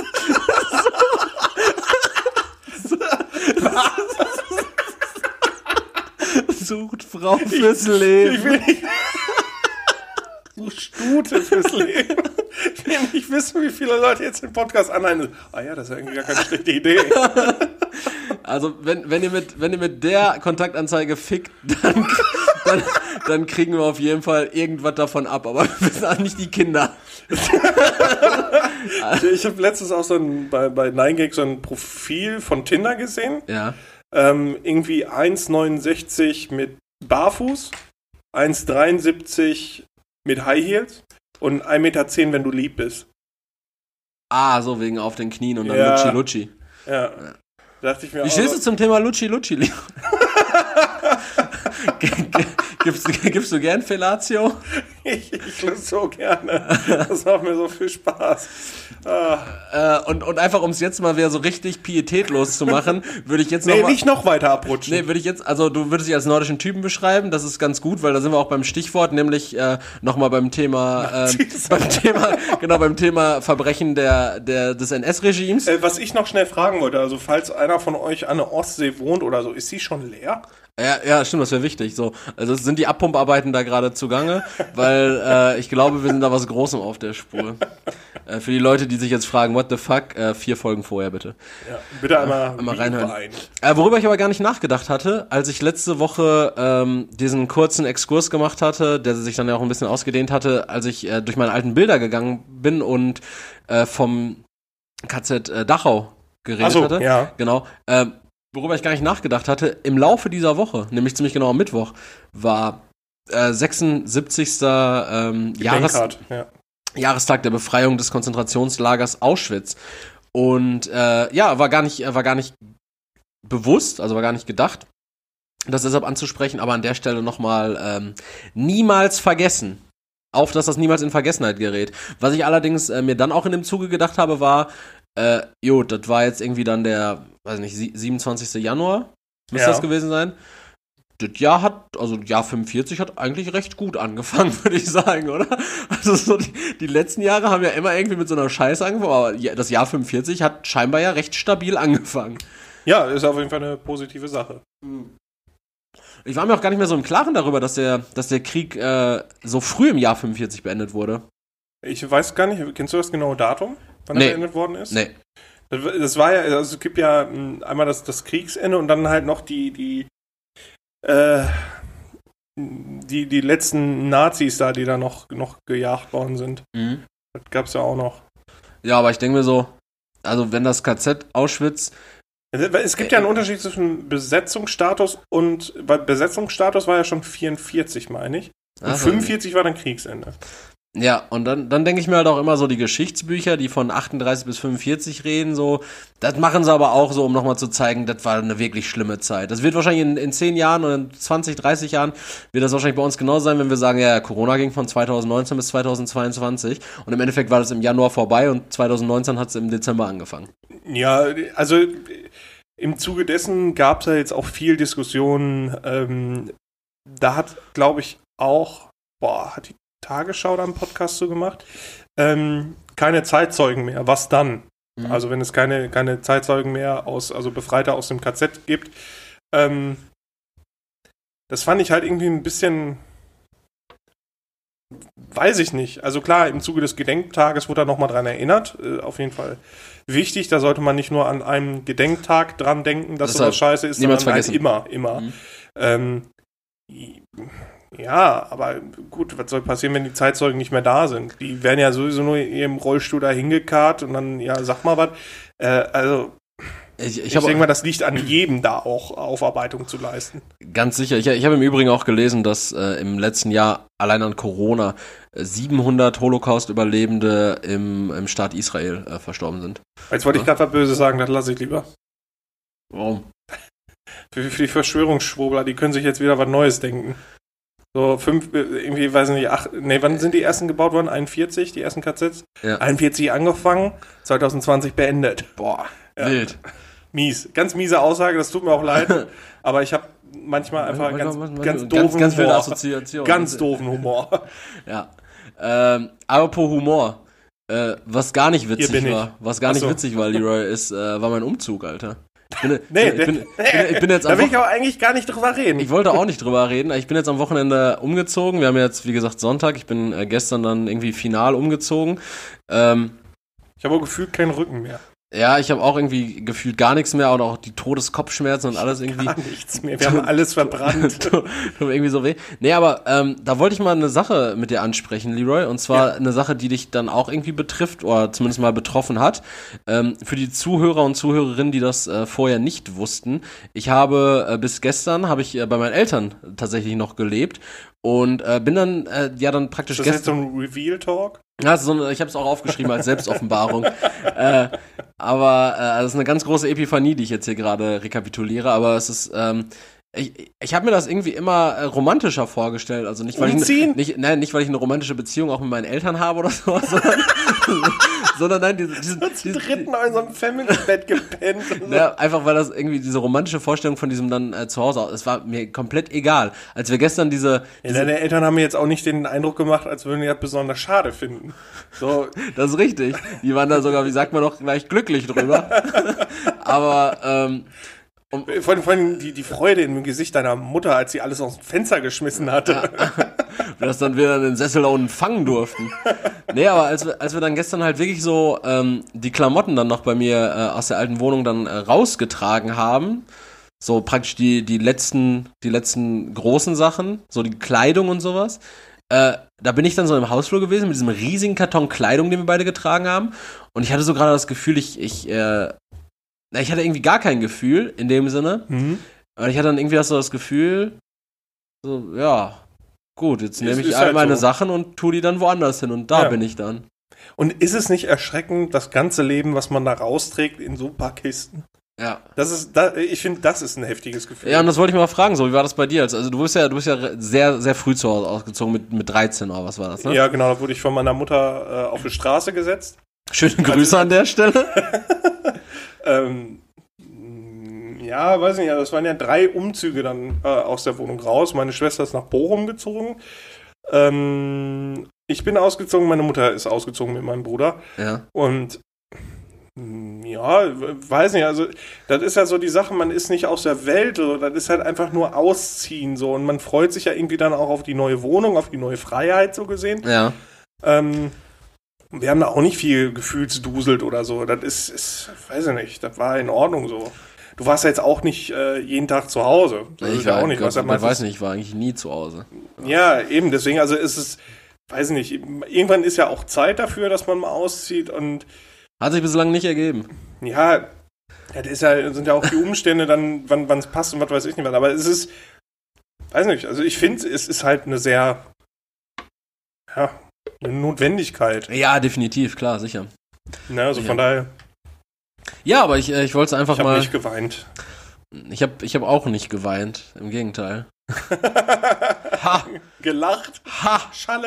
Sucht Frau fürs Leben.
Ich will nicht... Stute fürs Leben. Ich will nicht wissen, wie viele Leute jetzt den Podcast anhören. Ja, das ist ja irgendwie gar keine schlechte Idee.
Also, wenn ihr mit der Kontaktanzeige fickt, dann kriegen wir auf jeden Fall irgendwas davon ab, aber wir sind auch nicht die Kinder.
Ich habe letztens auch bei 9gag so ein Profil von Tinder gesehen.
Ja.
Irgendwie 1,69 mit Barfuß, 1,73 mit High Heels und 1,10 Meter, wenn du lieb bist.
So wegen auf den Knien und dann Lutschi.
Ja. Dachte ich mir
Wie stehst du zum Thema Lutschi? Gibst du gern Fellatio?
Ich lust so gerne. Das macht mir so viel Spaß.
Und einfach, um es jetzt mal wieder so richtig pietätlos zu machen, würde ich jetzt noch
nicht noch weiter abrutschen.
Nee, du würdest dich als nordischen Typen beschreiben, das ist ganz gut, weil da sind wir auch beim Stichwort, nämlich nochmal beim Thema Verbrechen des NS-Regimes.
Was ich noch schnell fragen wollte, also falls einer von euch an der Ostsee wohnt oder so, ist sie schon leer?
Ja, stimmt, das wäre wichtig. So, also sind die Abpumparbeiten da gerade zugange, weil ich glaube, wir sind da was Großem auf der Spur. Für die Leute, die sich jetzt fragen, what the fuck, 4 Folgen vorher bitte.
Ja, bitte einmal
reinhören. Worüber ich aber gar nicht nachgedacht hatte, als ich letzte Woche diesen kurzen Exkurs gemacht hatte, der sich dann ja auch ein bisschen ausgedehnt hatte, als ich durch meine alten Bilder gegangen bin und vom KZ Dachau geredet hatte.
Ja.
Genau. Worüber ich gar nicht nachgedacht hatte, im Laufe dieser Woche, nämlich ziemlich genau am Mittwoch, war 76. Jahrestag der Befreiung des Konzentrationslagers Auschwitz. Und war gar nicht bewusst, also war gar nicht gedacht, das deshalb anzusprechen, aber an der Stelle nochmal niemals vergessen. Auf, dass das niemals in Vergessenheit gerät. Was ich allerdings mir dann auch in dem Zuge gedacht habe, war, das war jetzt irgendwie dann der, 27. Januar, müsste das gewesen sein. Das Jahr Jahr 45 hat eigentlich recht gut angefangen, würde ich sagen, oder? Also so die letzten Jahre haben ja immer irgendwie mit so einer Scheiße angefangen, aber das Jahr 45 hat scheinbar ja recht stabil angefangen.
Ja, ist auf jeden Fall eine positive Sache.
Ich war mir auch gar nicht mehr so im Klaren darüber, dass der Krieg so früh im Jahr 45 beendet wurde.
Ich weiß gar nicht, kennst du das genaue Datum, wann er beendet worden ist?
Nee.
Das war ja, also es gibt ja einmal das Kriegsende und dann halt noch die letzten Nazis da, die da noch gejagt worden sind.
Mhm.
Das gab's ja auch noch.
Ja, aber ich denke mir so, also wenn das KZ Auschwitz...
Es gibt ja einen Unterschied zwischen Besetzungsstatus weil Besetzungsstatus war ja schon 44, meine ich. Und 45 war dann Kriegsende.
Ja, und dann denke ich mir halt auch immer so, die Geschichtsbücher, die von 38 bis 45 reden, so, das machen sie aber auch so, um nochmal zu zeigen, das war eine wirklich schlimme Zeit. Das wird wahrscheinlich in 10 Jahren oder in 20, 30 Jahren, wird das wahrscheinlich bei uns genauso sein, wenn wir sagen, ja, Corona ging von 2019 bis 2022 und im Endeffekt war das im Januar vorbei und 2019 hat es im Dezember angefangen.
Ja, also im Zuge dessen gab es ja jetzt auch viel Diskussionen, da hat, glaube ich, auch, hat die Tagesschau da einen Podcast zu gemacht. Keine Zeitzeugen mehr. Was dann? Also wenn es keine Zeitzeugen mehr also Befreite aus dem KZ gibt. Das fand ich halt irgendwie ein bisschen, weiß ich nicht. Also klar, im Zuge des Gedenktages wurde da nochmal dran erinnert. Auf jeden Fall wichtig. Da sollte man nicht nur an einem Gedenktag dran denken, dass sowas scheiße ist, sondern halt immer. Ja, aber gut, was soll passieren, wenn die Zeitzeugen nicht mehr da sind? Die werden ja sowieso nur in ihrem Rollstuhl da hingekarrt und dann, ja, sag mal was. Also, ich denke mal, das liegt an jedem, da auch Aufarbeitung zu leisten.
Ganz sicher. Ich habe im Übrigen auch gelesen, dass im letzten Jahr allein an Corona 700 Holocaust-Überlebende im Staat Israel verstorben sind.
Jetzt wollte ich gerade was Böses sagen, das lasse ich lieber.
Warum?
Für die Verschwörungsschwurbler, die können sich jetzt wieder was Neues denken. So 5, irgendwie, weiß nicht, 8, wann sind die ersten gebaut worden? 41, die ersten KZs? Ja. 41 angefangen, 2020 beendet.
Boah, ja. Wild.
Mies. Ganz miese Aussage, das tut mir auch leid. Aber ich habe manchmal einfach ganz doofen
ganz wilde Assoziation.
Ganz doofen Humor.
Ja. Apropos Humor. Was gar nicht witzig war, Leroy, war mein Umzug, Alter. Ich bin jetzt
da will ich auch eigentlich gar nicht drüber reden.
Ich wollte auch nicht drüber reden. Ich bin jetzt am Wochenende umgezogen. Wir haben jetzt, wie gesagt, Sonntag. Ich bin gestern dann irgendwie final umgezogen.
Ich habe auch gefühlt keinen Rücken mehr.
Ja, ich habe auch irgendwie gefühlt gar nichts mehr und auch die Todeskopfschmerzen und alles irgendwie.
Gar nichts mehr, wir haben alles verbrannt.
Tut irgendwie so weh. Nee, aber da wollte ich mal eine Sache mit dir ansprechen, Leroy, und zwar eine Sache, die dich dann auch irgendwie betrifft oder zumindest mal betroffen hat. Für die Zuhörer und Zuhörerinnen, die das vorher nicht wussten, ich habe bis gestern bei meinen Eltern tatsächlich noch gelebt und bin dann dann praktisch
gestern. Ist das jetzt so ein Reveal-Talk?
Ja, ich habe es auch aufgeschrieben als Selbstoffenbarung. Aber das ist eine ganz große Epiphanie, die ich jetzt hier gerade rekapituliere. Aber es ist, ich habe mir das irgendwie immer romantischer vorgestellt. Also nicht, weil ich eine romantische Beziehung auch mit meinen Eltern habe oder so, sondern nein,
diesen dritten in so einem Family-Bett gepennt.
Ja, einfach weil das irgendwie diese romantische Vorstellung von diesem dann zu Hause, es war mir komplett egal. Als wir gestern
deine Eltern haben mir jetzt auch nicht den Eindruck gemacht, als würden die das besonders schade finden. So.
Das ist richtig. Die waren da sogar, wie sagt man doch, gleich glücklich drüber. Aber,
vor allem die Freude im Gesicht deiner Mutter, als sie alles aus dem Fenster geschmissen hatte.
Wir das dann wieder in den Sessel unten fangen durften. Nee, aber als wir dann gestern halt wirklich so die Klamotten dann noch bei mir aus der alten Wohnung dann rausgetragen haben, so praktisch die letzten großen Sachen, so die Kleidung und sowas, da bin ich dann so im Hausflur gewesen mit diesem riesigen Karton Kleidung, den wir beide getragen haben, und ich hatte so gerade das Gefühl, ich hatte irgendwie gar kein Gefühl in dem Sinne. Aber ich hatte dann irgendwie das Gefühl, so, ja, gut, jetzt nehme ich all meine Sachen und tue die dann woanders hin und da bin ich dann.
Und ist es nicht erschreckend, das ganze Leben, was man da rausträgt in so ein paar Kisten?
Ja.
Ich finde, das ist ein heftiges Gefühl.
Ja, und das wollte ich mal fragen, so, wie war das bei dir? Also du bist ja sehr, sehr früh zu Hause ausgezogen, mit 13 oder was war das, ne?
Ja, genau, da wurde ich von meiner Mutter auf die Straße gesetzt.
Schöne Grüße an der Stelle.
Ja, weiß nicht, also es waren ja 3 Umzüge dann aus der Wohnung raus. Meine Schwester ist nach Bochum gezogen. Ich bin ausgezogen, meine Mutter ist ausgezogen mit meinem Bruder.
Ja.
Und ja, weiß nicht, also das ist ja so die Sache, man ist nicht aus der Welt, so, das ist halt einfach nur ausziehen so, und man freut sich ja irgendwie dann auch auf die neue Wohnung, auf die neue Freiheit so gesehen.
Ja.
Wir haben da auch nicht viel gefühlsduselt oder so. Das ist, weiß ich nicht, das war in Ordnung so. Du warst ja jetzt auch nicht jeden Tag zu Hause.
Ich war auch nicht. Ich war eigentlich nie zu Hause.
Ja, eben, deswegen, also ist es, weiß ich nicht, irgendwann ist ja auch Zeit dafür, dass man mal auszieht und...
Hat sich bislang nicht ergeben.
Ja, das sind ja auch die Umstände dann, wann es passt und was weiß ich nicht was. Aber es ist, weiß nicht, also ich finde, es ist halt eine sehr, eine Notwendigkeit.
Ja, definitiv, klar, sicher.
Na, also von daher.
Ja, aber ich wollte es einfach mal...
Ich habe nicht geweint.
Ich hab auch nicht geweint, im Gegenteil.
Ha! Gelacht.
Ha!
Schallend.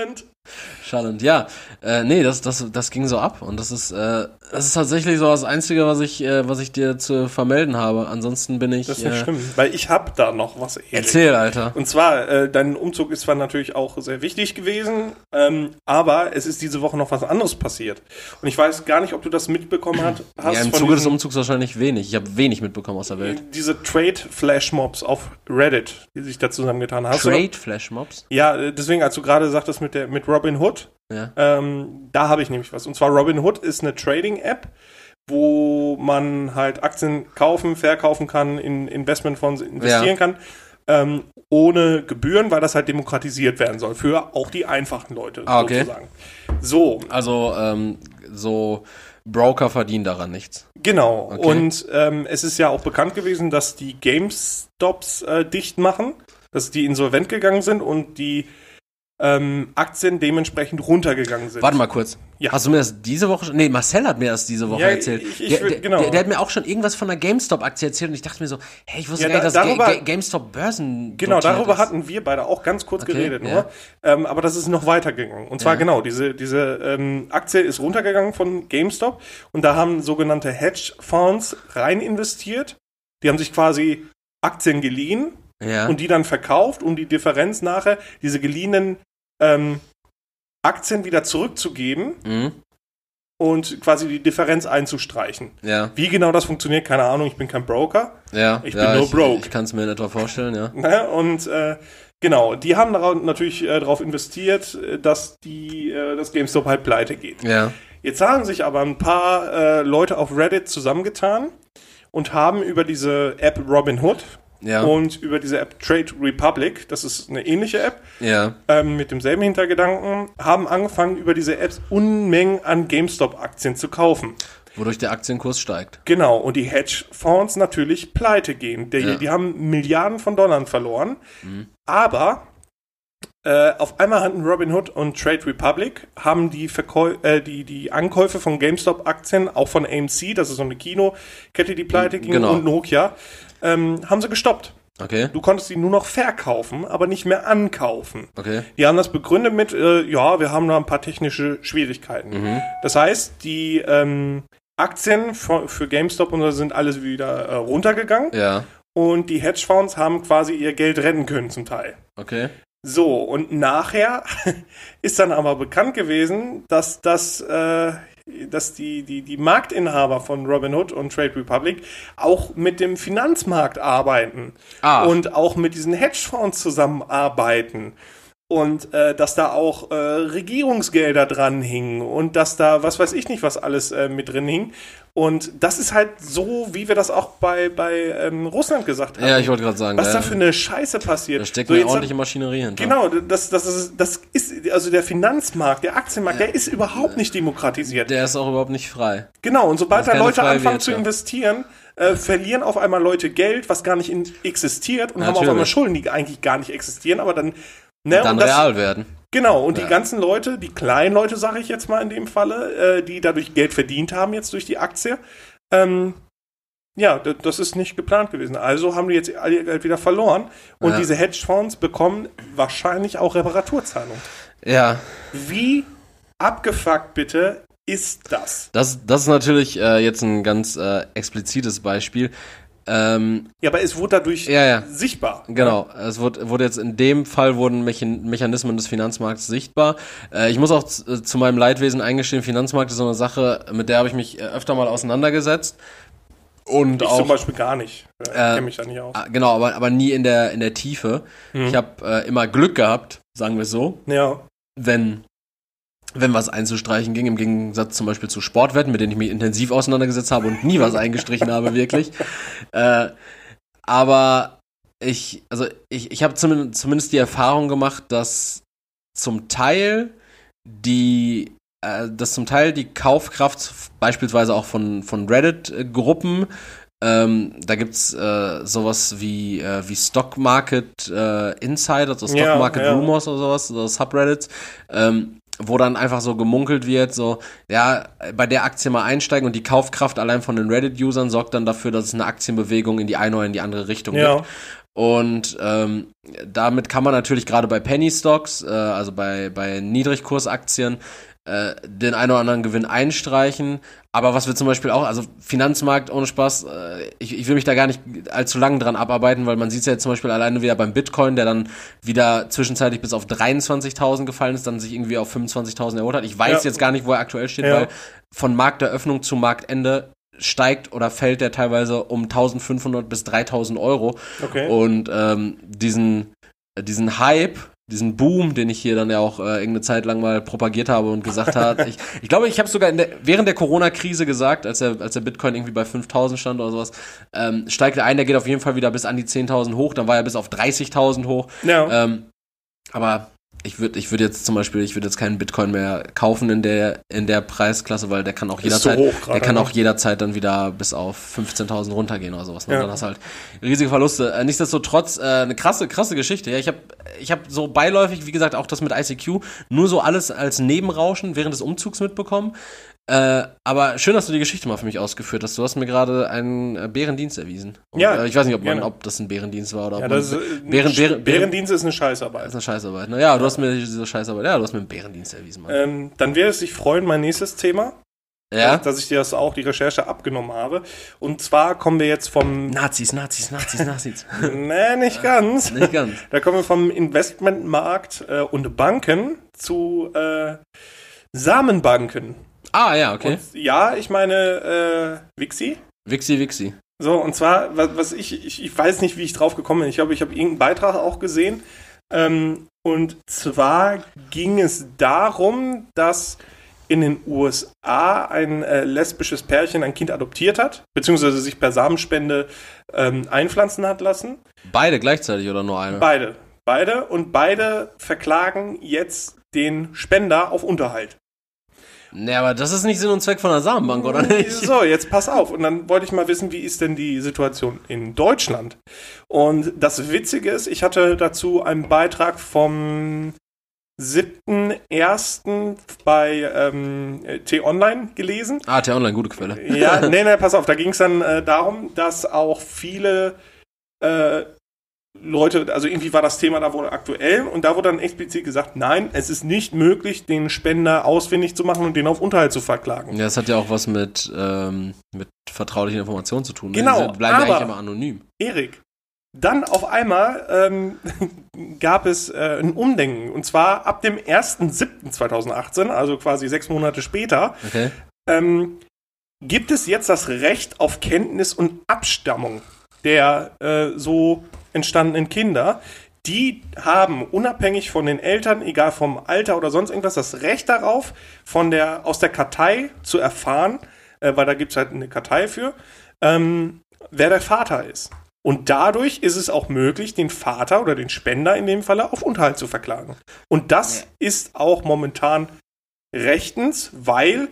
Schallend, ja. Nee, das ging so ab und das ist tatsächlich so das Einzige, was ich dir zu vermelden habe. Ansonsten bin ich.
Das ist nicht schlimm, weil ich hab da noch was. Erik.
Erzähl, Alter.
Und zwar, dein Umzug ist zwar natürlich auch sehr wichtig gewesen, aber es ist diese Woche noch was anderes passiert. Und ich weiß gar nicht, ob du das mitbekommen hast.
Ja, im Zuge des Umzugs wahrscheinlich wenig. Ich habe wenig mitbekommen aus der Welt.
Diese Trade-Flashmobs auf Reddit, die sich da zusammengetan haben.
Trade-Flashmobs?
Ja, deswegen, als du gerade sagtest mit Robin Hood,
Ja.
da habe ich nämlich was. Und zwar Robin Hood ist eine Trading-App, wo man halt Aktien kaufen, verkaufen kann, in Investmentfonds investieren kann, ohne Gebühren, weil das halt demokratisiert werden soll, für auch die einfachen Leute
okay.
sozusagen. So.
Also, so Broker verdienen daran nichts.
Genau.
Okay.
Und es ist ja auch bekannt gewesen, dass die GameStops dicht machen, dass die insolvent gegangen sind und die Aktien dementsprechend runtergegangen sind.
Warte mal kurz.
Ja.
Hast du mir das diese Woche schon? Nee, Marcel hat mir das diese Woche erzählt.
Genau.
Der hat mir auch schon irgendwas von der GameStop-Aktie erzählt und ich dachte mir so, hey, ich wusste gar nicht, dass GameStop Börsen
Genau, darüber
ist.
hatten wir beide auch ganz kurz geredet,
ja.
nur. Aber das ist noch weitergegangen. Und zwar genau, diese Aktie ist runtergegangen von GameStop und da haben sogenannte Hedgefonds rein investiert. Die haben sich quasi Aktien geliehen.
Ja.
Und die dann verkauft, um die Differenz nachher, diese geliehenen Aktien wieder zurückzugeben und quasi die Differenz einzustreichen.
Ja.
Wie genau das funktioniert, keine Ahnung, ich bin kein Broker.
Ja.
Ich bin nur broke.
Ich kann es mir in etwa vorstellen, ja.
Ne? Und genau, die haben natürlich darauf investiert, dass das GameStop halt pleite geht.
Ja.
Jetzt haben sich aber ein paar Leute auf Reddit zusammengetan und haben über diese App Robinhood und über diese App Trade Republic, das ist eine ähnliche App, mit demselben Hintergedanken, haben angefangen, über diese Apps Unmengen an GameStop-Aktien zu kaufen.
Wodurch der Aktienkurs steigt.
Genau, und die Hedgefonds natürlich pleite gehen. Die haben Milliarden von Dollar verloren, aber auf einmal hatten Robinhood und Trade Republic haben die Ankäufe von GameStop-Aktien, auch von AMC, das ist so eine Kinokette, die pleite ging, und Nokia, haben sie gestoppt.
Okay.
Du konntest die nur noch verkaufen, aber nicht mehr ankaufen.
Okay.
Die haben das begründet mit, wir haben da ein paar technische Schwierigkeiten. Das heißt, die Aktien für GameStop und so sind alles wieder runtergegangen.
Ja.
Und die Hedgefonds haben quasi ihr Geld retten können zum Teil.
Okay.
So, und nachher ist dann aber bekannt gewesen, dass die Marktinhaber von Robinhood und Trade Republic auch mit dem Finanzmarkt arbeiten und auch mit diesen Hedgefonds zusammenarbeiten. Und dass da auch Regierungsgelder dran hingen und dass da, was weiß ich nicht, was alles mit drin hing. Und das ist halt so, wie wir das auch bei Russland gesagt haben.
Ja, ich wollte gerade sagen.
Was da für eine Scheiße passiert.
Da steckt eine ordentliche Maschinerie hinter.
Genau, das ist, also der Finanzmarkt, der Aktienmarkt, der ist überhaupt nicht demokratisiert.
Der ist auch überhaupt nicht frei.
Genau, und sobald da Leute anfangen zu investieren, verlieren auf einmal Leute Geld, was gar nicht existiert und haben auf einmal Schulden, die eigentlich gar nicht existieren, aber dann
real werden.
Genau, und die ganzen Leute, die kleinen Leute, sage ich jetzt mal in dem Falle, die dadurch Geld verdient haben jetzt durch die Aktie, das ist nicht geplant gewesen. Also haben die jetzt all ihr Geld wieder verloren und diese Hedgefonds bekommen wahrscheinlich auch Reparaturzahlungen. Ja. Wie abgefuckt bitte ist das?
Das ist natürlich jetzt ein ganz explizites Beispiel.
Aber es wurde dadurch sichtbar.
Genau, es wurde jetzt in dem Fall wurden Mechanismen des Finanzmarkts sichtbar. Ich muss auch zu meinem Leidwesen eingestehen, Finanzmarkt ist so eine Sache, mit der habe ich mich öfter mal auseinandergesetzt. Und
ich
auch,
zum Beispiel gar nicht. Kenne mich da nicht aus.
Genau, aber nie in der Tiefe. Ich habe immer Glück gehabt, sagen wir es so.
Ja.
Wenn was einzustreichen ging, im Gegensatz zum Beispiel zu Sportwetten, mit denen ich mich intensiv auseinandergesetzt habe und nie was eingestrichen habe, wirklich. Aber ich habe zumindest die Erfahrung gemacht, dass zum Teil die Kaufkraft beispielsweise auch von Reddit-Gruppen, da gibt's sowas wie Stock Market Insider, also Stock Market Rumors oder sowas, oder Subreddits, wo dann einfach so gemunkelt wird, so, bei der Aktie mal einsteigen und die Kaufkraft allein von den Reddit-Usern sorgt dann dafür, dass es eine Aktienbewegung in die eine oder in die andere Richtung gibt. Und damit kann man natürlich gerade bei Penny Stocks, also bei Niedrigkursaktien, den einen oder anderen Gewinn einstreichen. Aber was wir zum Beispiel auch, also Finanzmarkt ohne Spaß, ich will mich da gar nicht allzu lang dran abarbeiten, weil man sieht es ja jetzt zum Beispiel alleine wieder beim Bitcoin, der dann wieder zwischenzeitlich bis auf 23.000 gefallen ist, dann sich irgendwie auf 25.000 erholt hat. Ich weiß jetzt gar nicht, wo er aktuell steht, weil von Markteröffnung zu Marktende steigt oder fällt der teilweise um 1.500 bis 3.000 Euro.
Okay.
Und diesen Hype, diesen Boom, den ich hier dann ja auch irgendeine Zeit lang mal propagiert habe und gesagt habe, ich glaube, ich habe sogar während der Corona-Krise gesagt, als der Bitcoin irgendwie bei 5.000 stand oder sowas, steigt er ein, der geht auf jeden Fall wieder bis an die 10.000 hoch, dann war er bis auf 30.000 hoch.
Ja.
Aber ich würde jetzt keinen Bitcoin mehr kaufen in der Preisklasse, weil der kann auch jederzeit dann wieder bis auf 15.000 runtergehen oder sowas. Ja. Dann hast du halt riesige Verluste. Nichtsdestotrotz eine krasse Geschichte. Ja, ich hab so beiläufig, wie gesagt, auch das mit ICQ, nur so alles als Nebenrauschen während des Umzugs mitbekommen. Aber schön, dass du die Geschichte mal für mich ausgeführt hast. Du hast mir gerade einen Bärendienst erwiesen. Und, ich weiß nicht, ob das ein Bärendienst war oder ob
Bärendienst ist eine Scheißarbeit.
Das ist eine Scheißarbeit. Naja, du hast mir diese Scheißarbeit, du hast mir einen Bärendienst erwiesen, Mann.
Dann wird es dich freuen, mein nächstes Thema.
Ja?
Dass ich dir das auch, die Recherche abgenommen habe. Und zwar kommen wir jetzt vom...
Nazis.
Nee, nicht ganz.
Nicht ganz.
Da kommen wir vom Investmentmarkt und Banken zu Samenbanken.
Ah, ja, okay.
Und, ja, ich meine Wixi.
Wixi.
So, und zwar, was ich weiß nicht, wie ich drauf gekommen bin. Ich glaube, ich habe irgendeinen Beitrag auch gesehen. Und zwar ging es darum, dass in den USA ein lesbisches Pärchen ein Kind adoptiert hat, beziehungsweise sich per Samenspende einpflanzen hat lassen.
Beide gleichzeitig oder nur eine?
Beide. Und beide verklagen jetzt den Spender auf Unterhalt.
Ne, aber das ist nicht Sinn und Zweck von einer Samenbank, oder nicht?
So, jetzt pass auf. Und dann wollte ich mal wissen, wie ist denn die Situation in Deutschland? Und das Witzige ist, ich hatte dazu einen Beitrag vom 7.1. bei T-Online gelesen.
Ah, T-Online, gute Quelle.
Ja, nee, pass auf. Da ging es dann darum, dass auch viele Leute, also irgendwie war das Thema da wohl aktuell und da wurde dann explizit gesagt, nein, es ist nicht möglich, den Spender ausfindig zu machen und den auf Unterhalt zu verklagen.
Ja, das hat ja auch was mit vertraulichen Informationen zu tun.
Genau,
die bleiben ja eigentlich immer anonym.
Erik, dann auf einmal gab es ein Umdenken und zwar ab dem 1.7.2018, also quasi 6 Monate später,
okay.
Gibt es jetzt das Recht auf Kenntnis und Abstammung der so entstandenen Kinder. Die haben unabhängig von den Eltern, egal vom Alter oder sonst irgendwas, das Recht darauf, aus der Kartei zu erfahren, weil da gibt es halt eine Kartei für, wer der Vater ist. Und dadurch ist es auch möglich, den Vater oder den Spender in dem Falle auf Unterhalt zu verklagen. Und das ist auch momentan rechtens, weil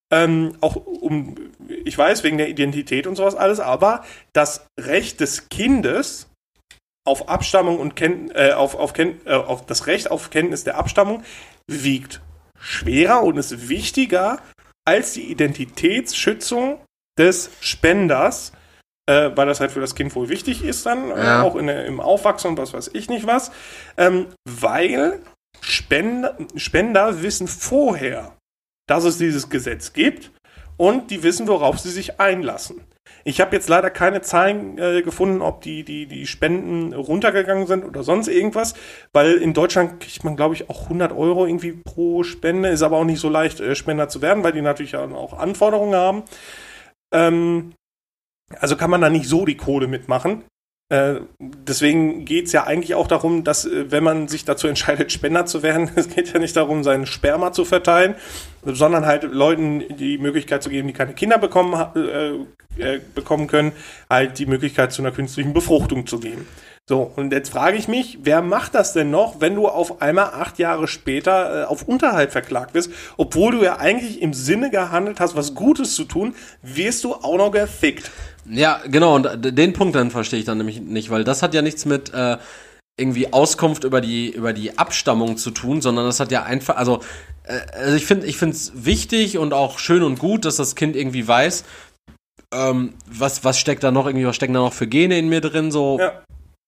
ich weiß, wegen der Identität und sowas alles, aber das Recht des Kindes auf Abstammung und auf das Recht auf Kenntnis der Abstammung wiegt schwerer und ist wichtiger als die Identitätsschützung des Spenders, weil das halt für das Kind wohl wichtig ist dann, auch im Aufwachsen und was weiß ich nicht was, weil Spender wissen vorher, dass es dieses Gesetz gibt und die wissen, worauf sie sich einlassen. Ich habe jetzt leider keine Zahlen gefunden, ob die Spenden runtergegangen sind oder sonst irgendwas, weil in Deutschland kriegt man, glaube ich, auch 100 Euro irgendwie pro Spende, ist aber auch nicht so leicht, Spender zu werden, weil die natürlich auch Anforderungen haben. Also kann man da nicht so die Kohle mitmachen. Deswegen geht es ja eigentlich auch darum, dass, wenn man sich dazu entscheidet, Spender zu werden, es geht ja nicht darum, seinen Sperma zu verteilen, sondern halt Leuten die Möglichkeit zu geben, die keine Kinder bekommen können, halt die Möglichkeit zu einer künstlichen Befruchtung zu geben. So, und jetzt frage ich mich, wer macht das denn noch, wenn du auf einmal 8 Jahre später auf Unterhalt verklagt wirst, obwohl du ja eigentlich im Sinne gehandelt hast, was Gutes zu tun, wirst du auch noch gefickt.
Ja, genau, und den Punkt dann verstehe ich dann nämlich nicht, weil das hat ja nichts mit irgendwie Auskunft über die Abstammung zu tun, sondern das hat ja einfach, also ich finde es wichtig und auch schön und gut, dass das Kind irgendwie weiß, was steckt da noch irgendwie, was stecken da noch für Gene in mir drin, so.
Ja.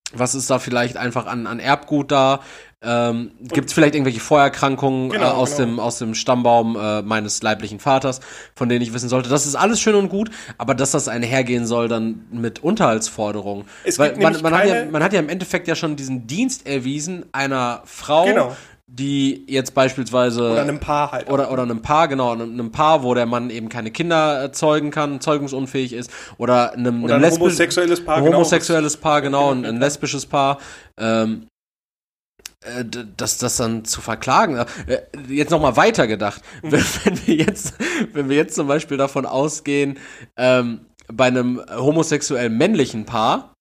Was ist da vielleicht einfach an Erbgut da? Gibt es vielleicht irgendwelche Vorerkrankungen aus dem Stammbaum meines leiblichen Vaters, von denen ich wissen sollte? Das ist alles schön und gut, aber dass das einhergehen soll dann mit Unterhaltsforderungen. Weil man hat ja im Endeffekt ja schon diesen Dienst erwiesen einer Frau, die jetzt beispielsweise
oder einem Paar halt.
Oder einem Paar, genau, einem Paar, wo der Mann eben keine Kinder zeugen kann, zeugungsunfähig ist, oder einem
homosexuelles Paar,
ein lesbisches Paar, das dann zu verklagen. Jetzt nochmal weitergedacht. Wenn wir jetzt zum Beispiel davon ausgehen, bei einem homosexuellen männlichen Paar,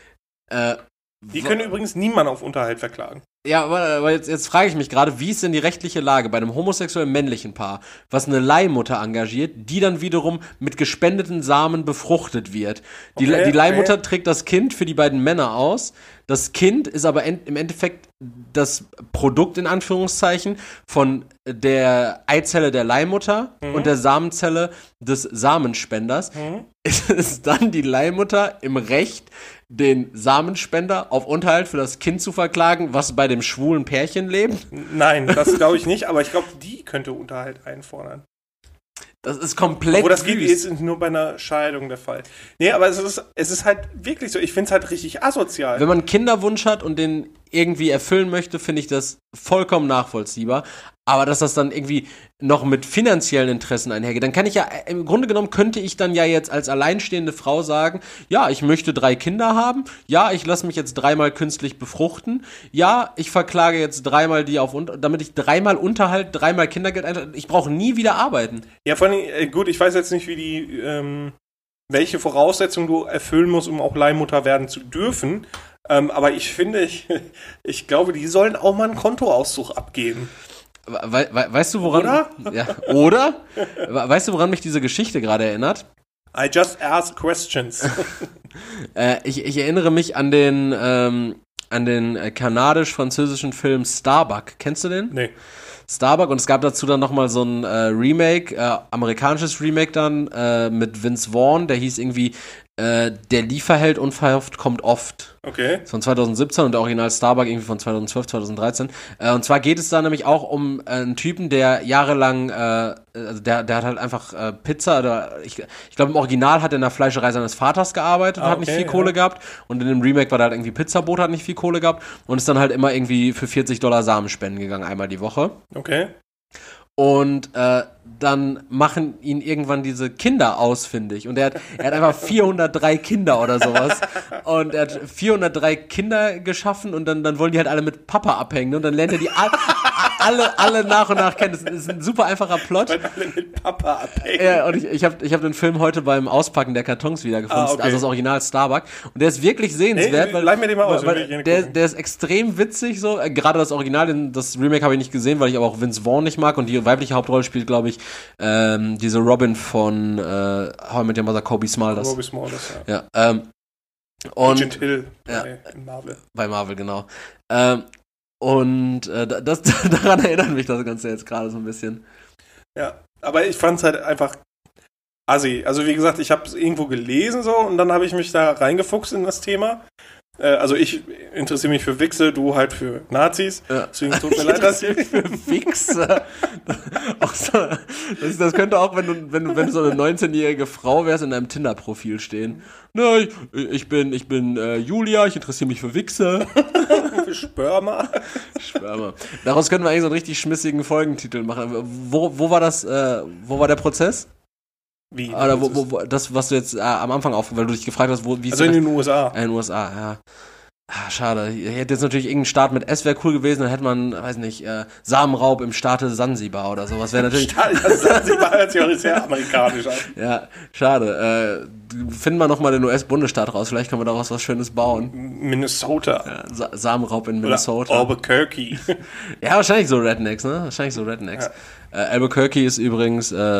die können übrigens niemanden auf Unterhalt verklagen.
Ja, aber jetzt frage ich mich gerade, wie ist denn die rechtliche Lage bei einem homosexuellen männlichen Paar, was eine Leihmutter engagiert, die dann wiederum mit gespendeten Samen befruchtet wird. Die Leihmutter trägt das Kind für die beiden Männer aus. Das Kind ist aber im Endeffekt das Produkt, in Anführungszeichen, von der Eizelle der Leihmutter und der Samenzelle des Samenspenders. Ist dann die Leihmutter im Recht, den Samenspender auf Unterhalt für das Kind zu verklagen, was bei dem schwulen Pärchen lebt?
Nein, das glaube ich nicht, aber ich glaube, die könnte Unterhalt einfordern.
Das ist komplett
Wo das geht, ist nur bei einer Scheidung der Fall. Nee, aber es ist halt wirklich so, ich finde es halt richtig asozial.
Wenn man einen Kinderwunsch hat und den irgendwie erfüllen möchte, finde ich das vollkommen nachvollziehbar. Aber dass das dann irgendwie noch mit finanziellen Interessen einhergeht, dann kann ich ja, im Grunde genommen könnte ich dann ja jetzt als alleinstehende Frau sagen, ja, ich möchte 3 Kinder haben, ja, ich lasse mich jetzt 3-mal künstlich befruchten, ja, ich verklage jetzt 3-mal die damit ich 3-mal Unterhalt, 3-mal Kindergeld einstelle, ich brauche nie wieder arbeiten.
Ja, vor allem, gut, ich weiß jetzt nicht, welche Voraussetzungen du erfüllen musst, um auch Leihmutter werden zu dürfen, aber ich finde, ich glaube, die sollen auch mal einen Kontoauszug abgeben.
Weißt du, woran... Oder? Weißt du, woran mich diese Geschichte gerade erinnert?
I just ask questions.
Ich erinnere mich an den kanadisch-französischen Film Starbuck. Kennst du den?
Nee.
Starbuck, und es gab dazu dann nochmal so ein Remake, amerikanisches Remake dann, mit Vince Vaughn, der hieß irgendwie Der Lieferheld unverhofft kommt oft.
Okay.
Von 2017 und der Original Starbuck irgendwie von 2012, 2013. Und zwar geht es da nämlich auch um einen Typen, der jahrelang, der hat halt einfach Pizza, oder ich glaube im Original hat er in der Fleischerei seines Vaters gearbeitet und hat nicht viel Kohle gehabt. Und in dem Remake war der halt irgendwie Pizzabote, hat nicht viel Kohle gehabt und ist dann halt immer irgendwie für $40 Samenspenden gegangen, einmal die Woche.
Okay.
Und dann machen ihn irgendwann diese Kinder ausfindig. Und er hat einfach 403 Kinder oder sowas. Und er hat 403 Kinder geschaffen und dann wollen die halt alle mit Papa abhängen. Und dann lernt er die alle nach und nach kennen. Das ist ein super einfacher Plot.
Weil alle mit Papa abhängen.
Ja, und ich hab den Film heute beim Auspacken der Kartons wiedergefunden.
Okay.
Also das Original Starbuck. Und der ist wirklich sehenswert.
Leih mir den mal aus.
Weil der ist extrem witzig so. Gerade das Original, das Remake habe ich nicht gesehen, weil ich aber auch Vince Vaughn nicht mag. Und die weibliche Hauptrolle spielt, glaube ich, diese Robin von How I Met Your Mother, Kobe Smulders.
Kobe Smulders,
ja.
Und Agent Hill
in
Marvel.
Bei Marvel, genau. Daran erinnert mich das Ganze jetzt gerade so ein bisschen.
Ja, aber ich fand es halt einfach assi. Also wie gesagt, ich habe es irgendwo gelesen so und dann habe ich mich da reingefuchst in das Thema. Also ich interessiere mich für Wichse, du halt für Nazis.
Ja.
Deswegen tut mir leid, dass
ich für Wichse. Das könnte auch, wenn du so eine 19-jährige Frau wärst, in deinem Tinder-Profil stehen. Na, ich bin Julia, ich interessiere mich für Wichse.
Für Sperma.
Daraus können wir eigentlich so einen richtig schmissigen Folgentitel machen. Wo war der Prozess?
Wie?
Oder das, was du jetzt am Anfang weil du dich gefragt hast, wie
also in den USA.
In den USA, ja. Schade. Hätte jetzt natürlich irgendein Staat mit S wäre cool gewesen, dann hätte man, weiß nicht, Samenraub im Staate Sansibar oder sowas. Wäre natürlich.
Sansibar hört sich auch sehr amerikanisch an.
Ja, schade. Finden wir nochmal den US-Bundesstaat raus, vielleicht können wir daraus was Schönes bauen.
Minnesota.
Ja, Samenraub in Minnesota.
Oder Albuquerque.
Ja, wahrscheinlich so Rednecks, ne? Ja. Albuquerque ist übrigens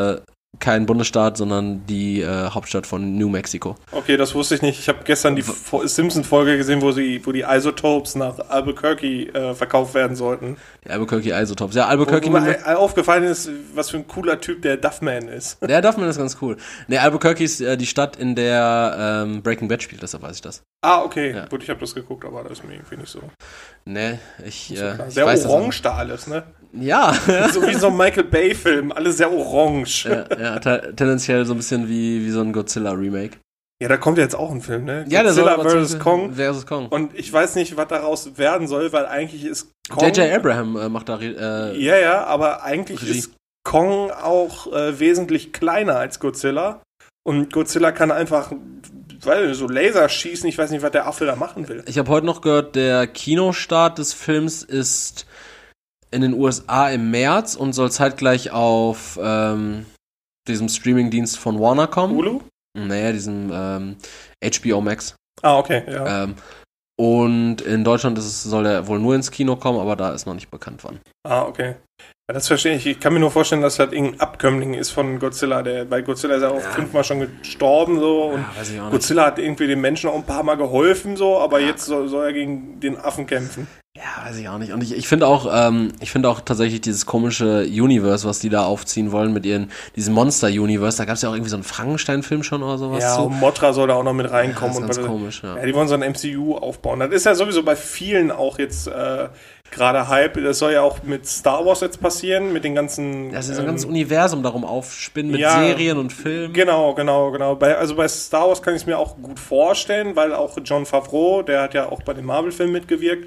kein Bundesstaat, sondern die Hauptstadt von New Mexico.
Okay, das wusste ich nicht. Ich habe gestern die Simpsons-Folge gesehen, wo die Isotopes nach Albuquerque verkauft werden sollten.
Die Albuquerque Isotopes. Ja, Albuquerque.
Wo mir aufgefallen ist, was für ein cooler Typ der Duffman ist.
Der Duffman ist ganz cool. Ne, Albuquerque ist die Stadt, in der Breaking Bad spielt, deshalb weiß ich das.
Ah, okay. Ja. Gut, ich habe das geguckt, aber das ist mir irgendwie nicht so.
Ne, ich
sehr
weiß
orange da alles, ne?
Ja.
So wie so ein Michael Bay-Film, alles sehr orange.
Ja, tendenziell so ein bisschen wie so ein Godzilla-Remake.
Ja, da kommt ja jetzt auch ein Film, ne?
Ja,
Godzilla vs. Kong.
Versus Kong.
Und ich weiß nicht, was daraus werden soll, weil eigentlich ist Kong...
J.J. Abraham macht da...
Ja, aber eigentlich
Regie.
ist Kong auch wesentlich kleiner als Godzilla. Und Godzilla kann einfach... Weil so Laser schießen, ich weiß nicht, was der Affe da machen will.
Ich habe heute noch gehört, der Kinostart des Films ist in den USA im März und soll zeitgleich auf diesem Streamingdienst von Warner kommen.
Hulu?
Naja, diesem HBO Max.
Ah, okay, ja.
Und in Deutschland soll er wohl nur ins Kino kommen, aber da ist noch nicht bekannt wann.
Ah, okay. Ja, das verstehe ich. Ich kann mir nur vorstellen, dass das irgendein Abkömmling ist von Godzilla. Bei Godzilla ist er auch 5-mal schon gestorben, so. Und
weiß ich auch nicht.
Godzilla hat irgendwie den Menschen auch ein paar Mal geholfen, so. Aber jetzt soll er gegen den Affen kämpfen.
Ja, weiß ich auch nicht. Und ich finde auch tatsächlich dieses komische Universe, was die da aufziehen wollen mit diesem Monster-Universe. Da gab es ja auch irgendwie so einen Frankenstein-Film schon oder sowas.
Ja, und Mothra soll da auch noch mit reinkommen.
Ja, das ist ganz komisch, ja.
Ja, die wollen so ein MCU aufbauen. Das ist ja sowieso bei vielen auch jetzt gerade Hype. Das soll ja auch mit Star Wars jetzt passieren, mit den ganzen...
Das ist so ein ganzes Universum darum aufspinnen mit Serien und Filmen.
Genau. Bei Star Wars kann ich es mir auch gut vorstellen, weil auch Jon Favreau, der hat ja auch bei den Marvel-Filmen mitgewirkt,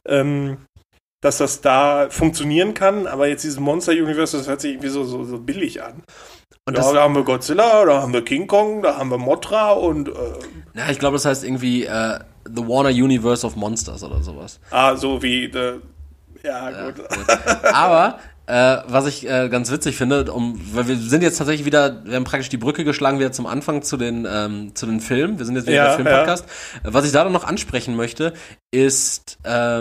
dass das da funktionieren kann, aber jetzt dieses Monster-Universe, das hört sich irgendwie so billig an. Und da haben wir Godzilla, da haben wir King Kong, da haben wir Mothra und...
Ja, ich glaube, das heißt irgendwie The Warner Universe of Monsters oder sowas.
Ah, so wie... Ja, gut.
Aber... was ich ganz witzig finde, weil wir sind jetzt tatsächlich wir haben praktisch die Brücke geschlagen wieder zum Anfang zu den Filmen. Wir sind jetzt wieder der Filmpodcast. Ja. Was ich da noch ansprechen möchte, ist,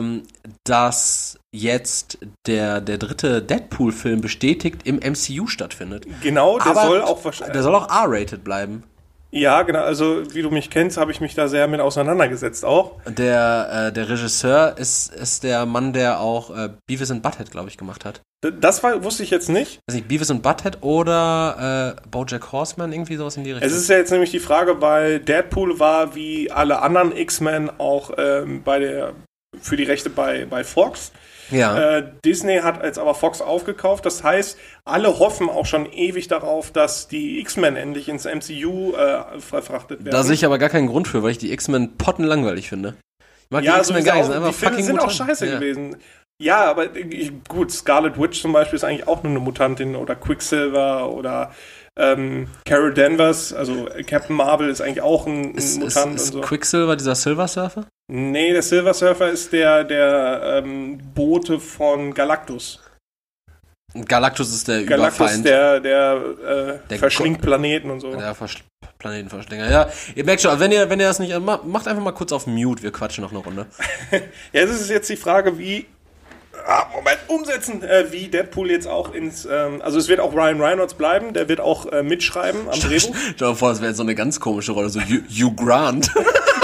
dass jetzt der dritte Deadpool-Film bestätigt im MCU stattfindet.
Genau, der soll auch
R-rated bleiben.
Ja, genau, also wie du mich kennst, habe ich mich da sehr mit auseinandergesetzt auch.
Der Regisseur ist der Mann, der auch Beavis and Butthead, glaube ich, gemacht hat.
Das wusste ich jetzt nicht.
Weiß nicht, Beavis and Butthead oder BoJack Horseman, irgendwie sowas in die Richtung.
Es ist ja jetzt nämlich die Frage, weil Deadpool war wie alle anderen X-Men auch für die Rechte bei Fox.
Ja.
Disney hat jetzt aber Fox aufgekauft. Das heißt, alle hoffen auch schon ewig darauf, dass die X-Men endlich ins MCU verfrachtet werden.
Da sehe ich aber gar keinen Grund für, weil ich die X-Men pottenlangweilig finde. Ich mag die X-Men gar nicht, sind einfach fucking
sind auch scheiße gewesen. Ja, aber gut, Scarlet Witch zum Beispiel ist eigentlich auch nur eine Mutantin oder Quicksilver oder Carol Danvers, also Captain Marvel ist eigentlich auch ein Mutant.
Ist Quicksilver dieser Silver Surfer?
Nee, der Silver Surfer ist der Bote von Galactus.
Galactus ist der
Galactus,
Überfeind.
Der verschlingt Planeten und so.
Der Planetenverschlinger. Ja, ihr merkt schon, wenn ihr das nicht... Macht einfach mal kurz auf Mute, wir quatschen noch eine Runde.
Ja, es ist jetzt die Frage, umsetzen, wie Deadpool jetzt auch also es wird auch Ryan Reynolds bleiben, der wird auch mitschreiben am Drehbuch.
Stell dir vor, das wäre jetzt so eine ganz komische Rolle, so Hugh Grant.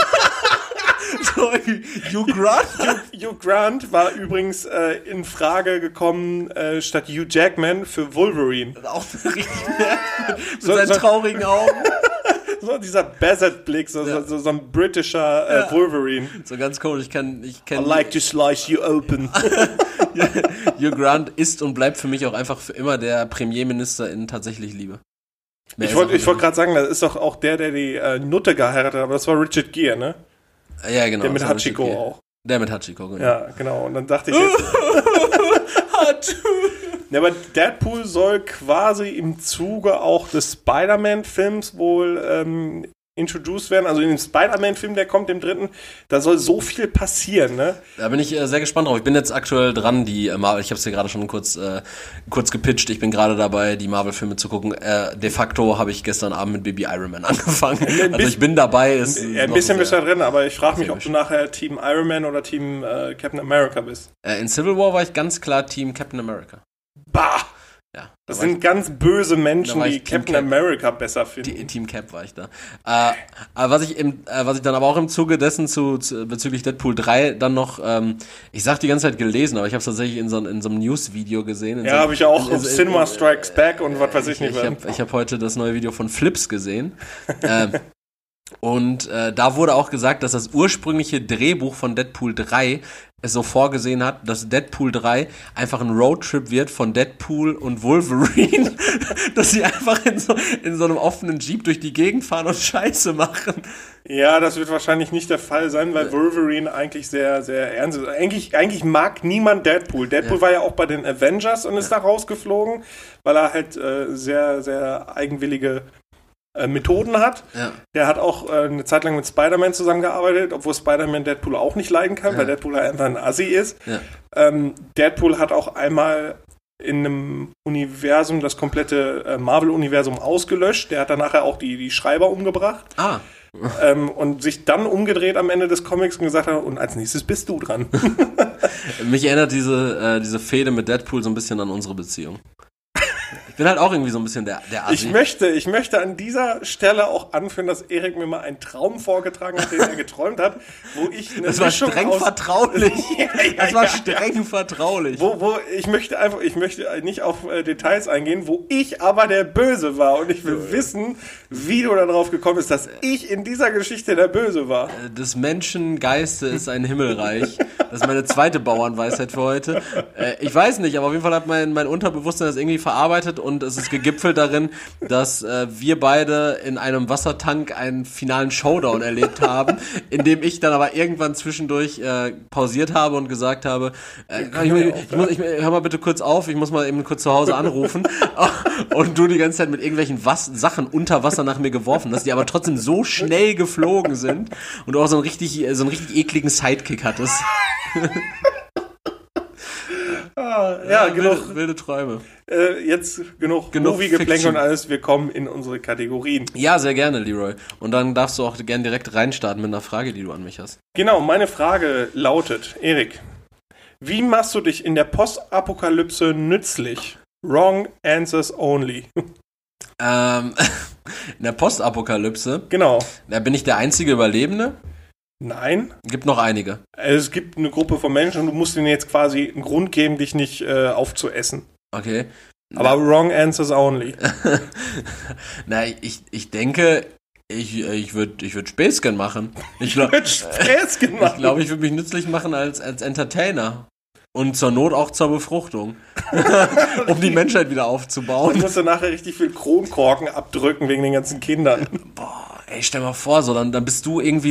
Hugh Grant war übrigens in Frage gekommen statt Hugh Jackman für Wolverine.
Auch richtig mit seinen traurigen Augen.
So dieser Buzzard-Blick, so ein britischer Wolverine.
So ganz komisch, ich kenn
I like to slice you open.
Hugh Grant ist und bleibt für mich auch einfach für immer der Premierminister in Tatsächlich Liebe.
Ich wollte gerade sagen, das ist doch auch der die Nutte geheiratet hat, aber das war Richard Gere, ne?
Ja, genau.
Der mit Hachiko auch.
Der mit Hachiko, genau.
Ja, genau. Und dann dachte ich jetzt... Ja, aber Deadpool soll quasi im Zuge auch des Spider-Man-Films wohl introduced werden. Also in dem Spider-Man-Film, der kommt, dem dritten, da soll so viel passieren, ne?
Da bin ich sehr gespannt drauf. Ich bin jetzt aktuell dran, die Marvel, ich habe es dir gerade schon kurz gepitcht, ich bin gerade dabei, die Marvel-Filme zu gucken. De facto habe ich gestern Abend mit Baby Iron Man angefangen. Also ich bin dabei.
Ein bisschen bist du da drin, aber ich frage mich, ob du nachher Team Iron Man oder Team Captain America bist.
In Civil War war ich ganz klar Team Captain America.
Bah!
Ja.
Das sind ganz böse Menschen, die
Team
Captain
Cap.
America besser finden.
Team Cap war ich da. Was ich dann aber auch im Zuge dessen bezüglich Deadpool 3 dann noch, ich sag die ganze Zeit gelesen, aber ich habe es tatsächlich in so einem News-Video gesehen.
Ja, habe ich auch auf Cinema Strikes Back und was weiß ich nicht.
Ich hab heute das neue Video von Flips gesehen. Und da wurde auch gesagt, dass das ursprüngliche Drehbuch von Deadpool 3 es so vorgesehen hat, dass Deadpool 3 einfach ein Roadtrip wird von Deadpool und Wolverine, dass sie einfach in so einem offenen Jeep durch die Gegend fahren und Scheiße machen.
Ja, das wird wahrscheinlich nicht der Fall sein, weil Wolverine eigentlich sehr, sehr ernst ist. Eigentlich mag niemand Deadpool. Deadpool war ja auch bei den Avengers und ist da rausgeflogen, weil er halt sehr, sehr eigenwillige Methoden hat. Ja. Der hat auch eine Zeit lang mit Spider-Man zusammengearbeitet, obwohl Spider-Man Deadpool auch nicht leiden kann, weil Deadpool halt einfach ein Assi ist. Ja. Deadpool hat auch einmal in einem Universum das komplette Marvel-Universum ausgelöscht. Der hat dann nachher auch die Schreiber umgebracht. Und sich dann umgedreht am Ende des Comics und gesagt hat, und als nächstes bist du dran.
Mich erinnert diese Fehde mit Deadpool so ein bisschen an unsere Beziehung. Ich bin halt auch irgendwie so ein bisschen der Assi.
Ich möchte an dieser Stelle auch anführen, dass Erik mir mal einen Traum vorgetragen hat, den er geträumt hat, wo ich eine
Das war streng vertraulich. Das war streng vertraulich.
Ich möchte nicht auf Details eingehen, wo ich aber der Böse war. Und ich will wissen, wie du darauf gekommen bist, dass ich in dieser Geschichte der Böse war.
Des Menschen Geiste ist ein Himmelreich. Das ist meine zweite Bauernweisheit für heute. Ich weiß nicht, aber auf jeden Fall hat mein Unterbewusstsein das irgendwie verarbeitet und es ist gegipfelt darin, dass wir beide in einem Wassertank einen finalen Showdown erlebt haben, in dem ich dann aber irgendwann zwischendurch pausiert habe und gesagt habe, hör mal bitte kurz auf, ich muss mal eben kurz zu Hause anrufen. Und du die ganze Zeit mit irgendwelchen Sachen unter Wasser nach mir geworfen hast, die aber trotzdem so schnell geflogen sind und du auch so einen richtig ekligen Sidekick hattest. Genug wilde Träume.
Jetzt genug Movie-Geplänkel und alles. Wir kommen in unsere Kategorien.
Ja, sehr gerne, Leroy. Und dann darfst du auch gerne direkt reinstarten mit einer Frage, die du an mich hast.
Genau, meine Frage lautet, Erik, wie machst du dich in der Postapokalypse nützlich? Wrong answers only.
In der Postapokalypse?
Genau.
Da bin ich der einzige Überlebende?
Nein.
Gibt noch einige.
Es gibt eine Gruppe von Menschen und du musst ihnen jetzt quasi einen Grund geben, dich nicht aufzuessen.
Okay.
Aber wrong answers only.
Na, ich denke, ich würd Späßchen machen. Ich glaube, ich würde mich nützlich machen als Entertainer. Und zur Not auch zur Befruchtung. Um die Menschheit wieder aufzubauen.
Du musst dann nachher richtig viel Kronkorken abdrücken wegen den ganzen Kindern.
Boah, ey, stell mal vor, so, dann bist du irgendwie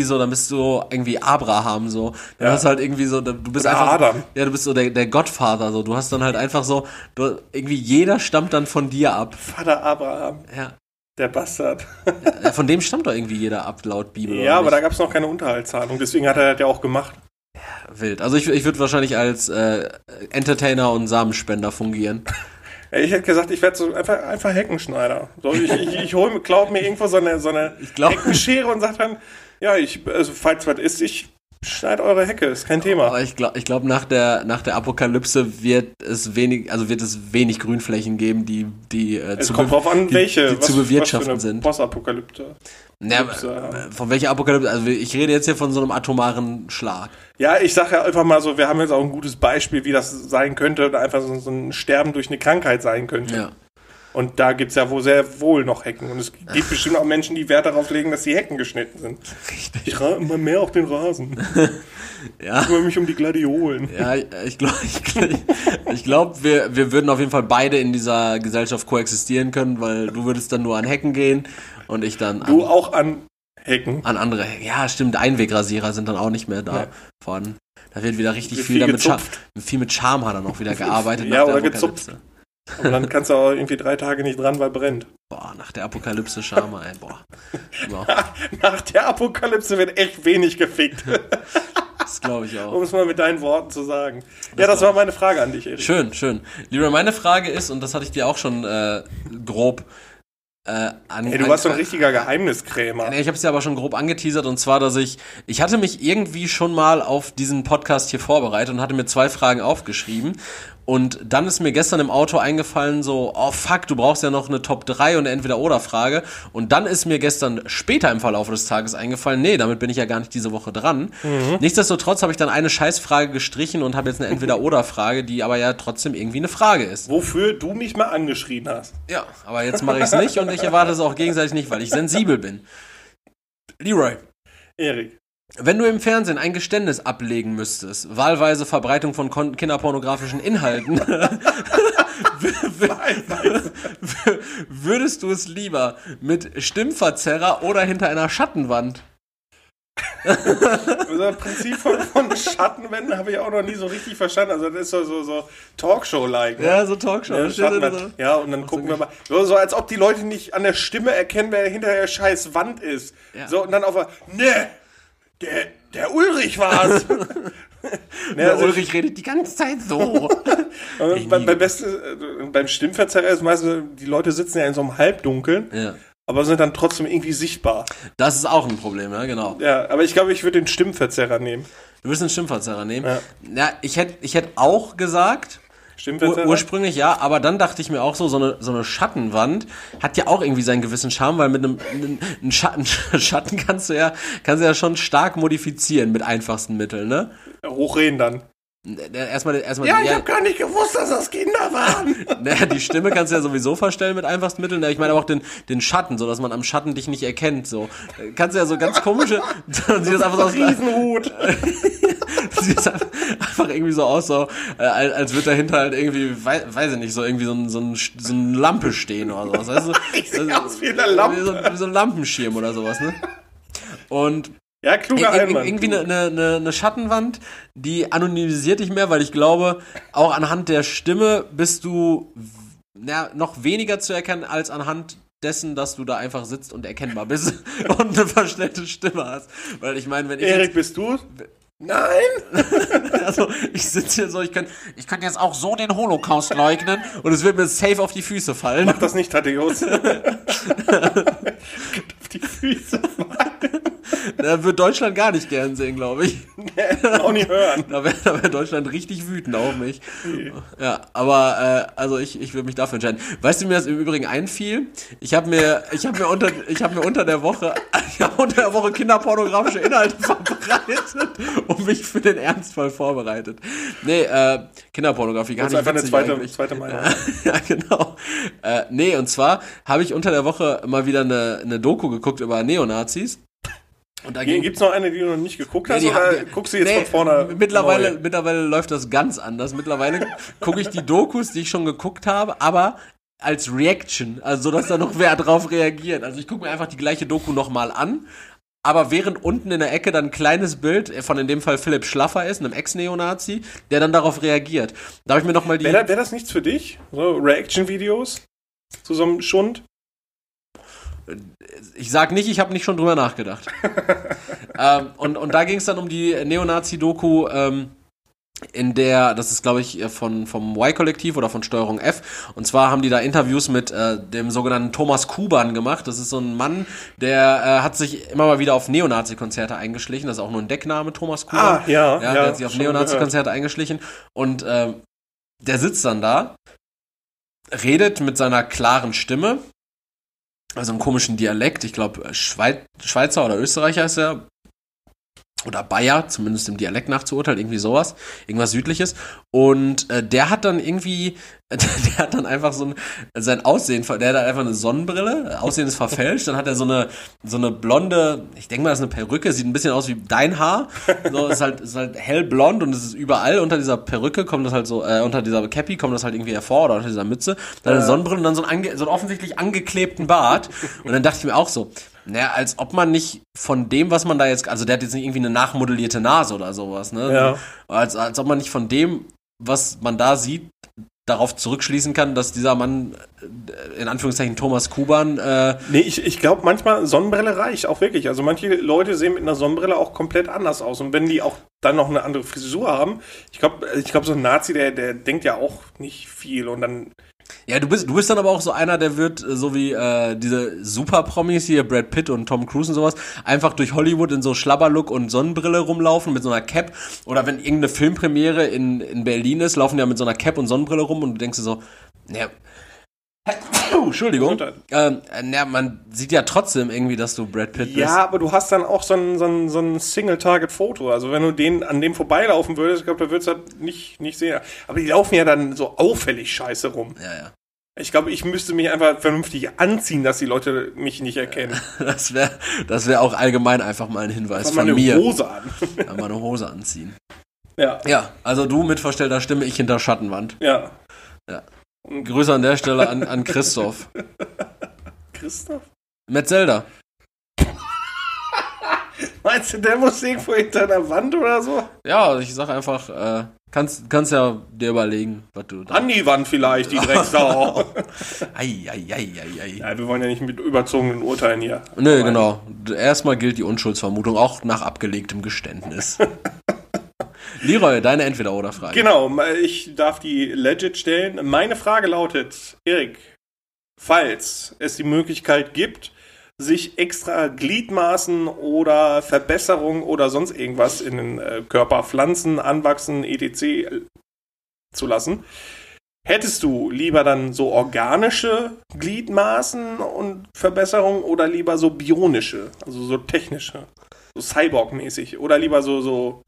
Abraham, so. Dann hast du halt irgendwie so, du bist
oder
einfach.
Adam.
Ja, du bist so der Gottvater, so. Du hast dann halt einfach so, irgendwie jeder stammt dann von dir ab.
Vater Abraham.
Ja.
Der Bastard.
Ja, von dem stammt doch irgendwie jeder ab, laut Bibel.
Ja, aber da gab es noch keine Unterhaltszahlung, deswegen hat er das ja auch gemacht.
Wild. Also ich würde wahrscheinlich als Entertainer und Samenspender fungieren.
Ich hätte gesagt, ich werde so einfach Heckenschneider. So, ich glaub mir irgendwo so eine Heckenschere und sag dann, ja, falls was ist, ich schneide eure Hecke, ist kein Thema.
Aber ich glaube, nach der Apokalypse wird es wenig Grünflächen geben, die
kommt drauf an, welche
zu bewirtschaften sind.
Postapokalypse.
Ja, von welcher Apokalypse? Also ich rede jetzt hier von so einem atomaren Schlag.
Ja, ich sage ja einfach mal so, wir haben jetzt auch ein gutes Beispiel, wie das sein könnte, oder einfach so ein Sterben durch eine Krankheit sein könnte. Ja. Und da gibt es ja sehr wohl noch Hecken. Und es gibt bestimmt auch Menschen, die Wert darauf legen, dass die Hecken geschnitten sind.
Richtig.
Ich rate immer mehr auf den Rasen.
Ja.
Ich kümmere mich um die Gladiolen.
Ja, ich glaube, wir würden auf jeden Fall beide in dieser Gesellschaft koexistieren können, weil du würdest dann nur an Hecken gehen und ich dann
Du auch an Hecken.
An andere Hecken. Ja, stimmt, Einwegrasierer sind dann auch nicht mehr da vorhanden. Da wird wieder richtig viel mit Charme hat er noch wieder gearbeitet.
Ja, oder gezupft. Und dann kannst du auch irgendwie 3 Tage nicht dran, weil brennt.
Boah, nach der Apokalypse Charme ein. Boah.
Nach der Apokalypse wird echt wenig gefickt.
Das glaube ich auch.
Um es mal mit deinen Worten zu sagen. Das war meine Frage an dich, Erik.
Schön. Lieber, meine Frage ist, und das hatte ich dir auch schon grob
du warst so ein richtiger Geheimniskrämer.
Ich habe es ja aber schon grob angeteasert, und zwar, dass ich hatte mich irgendwie schon mal auf diesen Podcast hier vorbereitet und hatte mir 2 Fragen aufgeschrieben. Und dann ist mir gestern im Auto eingefallen so, oh fuck, du brauchst ja noch eine Top 3 und eine Entweder-Oder-Frage. Und dann ist mir gestern später im Verlauf des Tages eingefallen, nee, damit bin ich ja gar nicht diese Woche dran. Nichtsdestotrotz habe ich dann eine Scheißfrage gestrichen und habe jetzt eine Entweder-Oder-Frage, die aber ja trotzdem irgendwie eine Frage ist.
Wofür du mich mal angeschrien hast.
Ja, aber jetzt mache ich es nicht und ich erwarte es auch gegenseitig nicht, weil ich sensibel bin. Leroy.
Erik.
Wenn du im Fernsehen ein Geständnis ablegen müsstest, wahlweise Verbreitung von kinderpornografischen Inhalten, würdest du es lieber mit Stimmverzerrer oder hinter einer Schattenwand?
Also das Prinzip von Schattenwänden habe ich auch noch nie so richtig verstanden. Also das ist so Talkshow-like. Ne?
Ja, so Talkshow.
Ja, Schattenwand. Ja, und dann gucken wir mal. So als ob die Leute nicht an der Stimme erkennen, wer hinter der scheiß Wand ist. Ja. So, und dann auf einmal, ne, der Ulrich war's.
Der Ulrich redet die ganze Zeit so.
Beim Stimmverzerrer ist meistens, die Leute sitzen ja in so einem Halbdunkeln. Ja. Aber sind dann trotzdem irgendwie sichtbar.
Das ist auch ein Problem, ja, genau.
Ja, aber ich glaube, ich würde den Stimmverzerrer nehmen.
Du würdest den Stimmverzerrer nehmen? Ja, ich hätte auch gesagt, ursprünglich ja, aber dann dachte ich mir auch so eine Schattenwand hat ja auch irgendwie seinen gewissen Charme, weil mit einem Schatten kannst du ja schon stark modifizieren mit einfachsten Mitteln, ne?
Hochreden dann.
Erstmal,
ja, ich habe gar nicht gewusst, dass das Kinder waren.
Naja, die Stimme kannst du ja sowieso verstellen mit einfachsten Mitteln. Ich meine aber auch den Schatten, so dass man am Schatten dich nicht erkennt. So kannst du ja so ganz komische. Sieht das einfach so aus.
Riesenhut.
Sieht einfach irgendwie so aus, so als würde dahinter halt irgendwie, weiß ich nicht, so irgendwie so eine Lampe stehen oder sowas. Weißt du?
Ich sehe aus wie eine Lampe.
Wie so ein Lampenschirm oder sowas, ne? Und
ja, kluger Einwand.
Irgendwie eine Schattenwand, die anonymisiert dich mehr, weil ich glaube, auch anhand der Stimme bist du noch weniger zu erkennen als anhand dessen, dass du da einfach sitzt und erkennbar bist und eine verstellte Stimme hast. Weil ich meine, wenn ich
Erik, bist du? Nein!
Also, ich sitze hier so, ich könnte jetzt auch so den Holocaust leugnen und es wird mir safe auf die Füße fallen.
Mach das nicht, Thaddeus. Auf die Füße fallen.
Da wird Deutschland gar nicht gern sehen, glaube ich.
Nee, auch nicht hören.
Da wär Deutschland richtig wütend auf mich. Nee. Ja, aber also ich würde mich dafür entscheiden. Weißt du, mir das im Übrigen einfiel? Ich habe mir unter der Woche kinderpornografische Inhalte verbreitet und mich für den Ernstfall vorbereitet. Nee, Kinderpornografie gar nicht witzig
einfach eine zweite Meinung.
Ja, genau. Nee, und zwar habe ich unter der Woche mal wieder eine Doku geguckt über Neonazis. Und da
gibt's noch eine, die du noch nicht geguckt hast, oder guckst du jetzt von vorne?
Mittlerweile läuft das ganz anders. Mittlerweile gucke ich die Dokus, die ich schon geguckt habe, aber als Reaction, also so, dass da noch wer drauf reagiert. Also ich gucke mir einfach die gleiche Doku nochmal an, aber während unten in der Ecke dann ein kleines Bild von in dem Fall Philipp Schlaffer ist, einem Ex-Neonazi, der dann darauf reagiert. Da habe ich mir nochmal die...
Wäre das nichts für dich? So Reaction-Videos zu so einem Schund?
Ich sag nicht, ich habe nicht schon drüber nachgedacht. Und da ging es dann um die Neonazi-Doku, in der, das ist glaube ich vom Y-Kollektiv oder von Steuerung F, und zwar haben die da Interviews mit dem sogenannten Thomas Kuban gemacht. Das ist so ein Mann, der hat sich immer mal wieder auf Neonazi-Konzerte eingeschlichen. Das ist auch nur ein Deckname, Thomas Kuban.
Ja,
der hat sich auf Neonazi-Konzerte eingeschlichen und der sitzt dann da, redet mit seiner klaren Stimme, also einen komischen Dialekt, ich glaube Schweizer oder Österreicher ist er, oder Bayer, zumindest im Dialekt nachzuurteilen, irgendwie sowas, irgendwas Südliches. Und der hat dann einfach sein Aussehen, der hat einfach eine Sonnenbrille, Aussehen ist verfälscht, dann hat er so eine blonde, ich denke mal, das ist eine Perücke, sieht ein bisschen aus wie dein Haar, so, ist halt hellblond und es ist überall unter dieser Perücke kommt das halt so, unter dieser Cappy kommt das halt irgendwie hervor oder unter dieser Mütze, dann eine Sonnenbrille und dann so einen offensichtlich angeklebten Bart. Und dann dachte ich mir auch so, naja, als ob man nicht von dem, was man da jetzt, also der hat jetzt nicht irgendwie eine nachmodellierte Nase oder sowas, ne? Ja. Als ob man nicht von dem, was man da sieht, darauf zurückschließen kann, dass dieser Mann, in Anführungszeichen Thomas Kuban...
Nee, ich glaube manchmal, Sonnenbrille reicht auch wirklich. Also manche Leute sehen mit einer Sonnenbrille auch komplett anders aus. Und wenn die auch dann noch eine andere Frisur haben, ich glaube so ein Nazi, der denkt ja auch nicht viel und dann...
Ja, du bist dann aber auch so einer, der wird, so wie diese Super-Promis hier, Brad Pitt und Tom Cruise und sowas, einfach durch Hollywood in so Schlabberlook und Sonnenbrille rumlaufen mit so einer Cap. Oder wenn irgendeine Filmpremiere in Berlin ist, laufen die ja mit so einer Cap und Sonnenbrille rum und du denkst dir so, naja, Entschuldigung. Man sieht ja trotzdem irgendwie, dass du Brad Pitt bist.
Ja, aber du hast dann auch so ein Single-Target-Foto. Also wenn du an dem vorbeilaufen würdest, ich glaube, da würdest du das nicht sehen. Aber die laufen ja dann so auffällig scheiße rum.
Ja.
Ich glaube, ich müsste mich einfach vernünftig anziehen, dass die Leute mich nicht erkennen.
Das wär auch allgemein einfach mal ein Hinweis von mir.
Mal eine Hose an.
Mal eine Hose anziehen.
Ja.
Ja, also du mit verstellter Stimme, ich hinter Schattenwand.
Ja.
Grüße an der Stelle an Christoph.
Christoph?
Metzelder.
Meinst du, der muss irgendwo hinter der Wand oder so?
Ja, ich sag einfach, kannst ja dir überlegen, was du da...
An die Wand vielleicht, die Drecksau.
Ei.
Ja, wir wollen ja nicht mit überzogenen Urteilen hier.
Nö, genau. Erstmal gilt die Unschuldsvermutung, auch nach abgelegtem Geständnis. Leroy, deine Entweder-oder-Frage.
Genau, ich darf die legit stellen. Meine Frage lautet, Erik, falls es die Möglichkeit gibt, sich extra Gliedmaßen oder Verbesserungen oder sonst irgendwas in den Körper pflanzen, anwachsen, etc. zu lassen, hättest du lieber dann so organische Gliedmaßen und Verbesserungen oder lieber so bionische, also so technische, so Cyborg-mäßig oder lieber so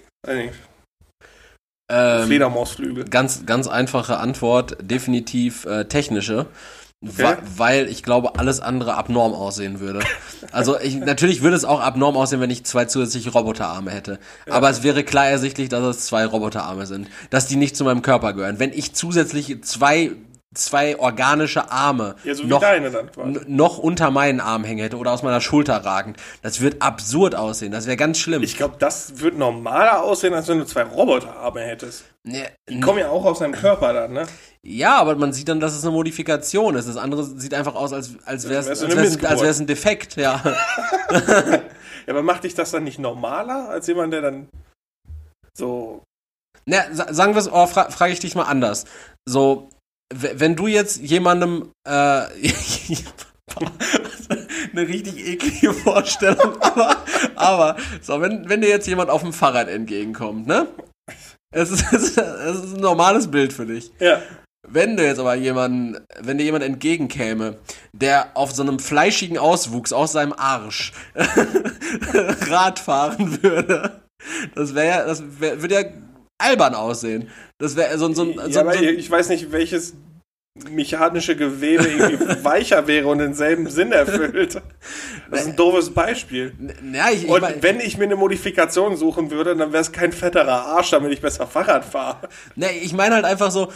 Fledermausflügel?
Ganz einfache Antwort, definitiv technische.
Okay.
Weil ich glaube, alles andere abnorm aussehen würde. Also natürlich würde es auch abnorm aussehen, wenn ich 2 zusätzliche Roboterarme hätte. Ja. Aber es wäre klar ersichtlich, dass es 2 Roboterarme sind. Dass die nicht zu meinem Körper gehören. Wenn ich zusätzlich zwei organische Arme noch unter meinen Arm hängen hätte oder aus meiner Schulter ragend, das wird absurd aussehen. Das wäre ganz schlimm.
Ich glaube, das wird normaler aussehen, als wenn du 2 Roboterarme hättest. Die kommen ja auch aus deinem Körper dann, ne?
Ja, aber man sieht dann, dass es eine Modifikation ist. Das andere sieht einfach aus, als wäre es ein Defekt, ja.
Ja, aber macht dich das dann nicht normaler, als jemand, der dann so...
Na, sagen wir es, frage ich dich mal anders. So, wenn du jetzt jemandem eine richtig eklige Vorstellung, aber so, wenn dir jetzt jemand auf dem Fahrrad entgegenkommt, ne? Es ist ein normales Bild für dich.
Ja.
Wenn dir jemand entgegenkäme, der auf so einem fleischigen Auswuchs aus seinem Arsch Rad fahren würde, würde ja albern aussehen. Das wäre
ich weiß nicht, welches mechanische Gewebe irgendwie weicher wäre und denselben Sinn erfüllt. Das ist ein doofes Beispiel.
Ja,
wenn ich mir eine Modifikation suchen würde, dann wäre es kein fetterer Arsch, damit ich besser Fahrrad fahre.
Ne, ich meine halt einfach so,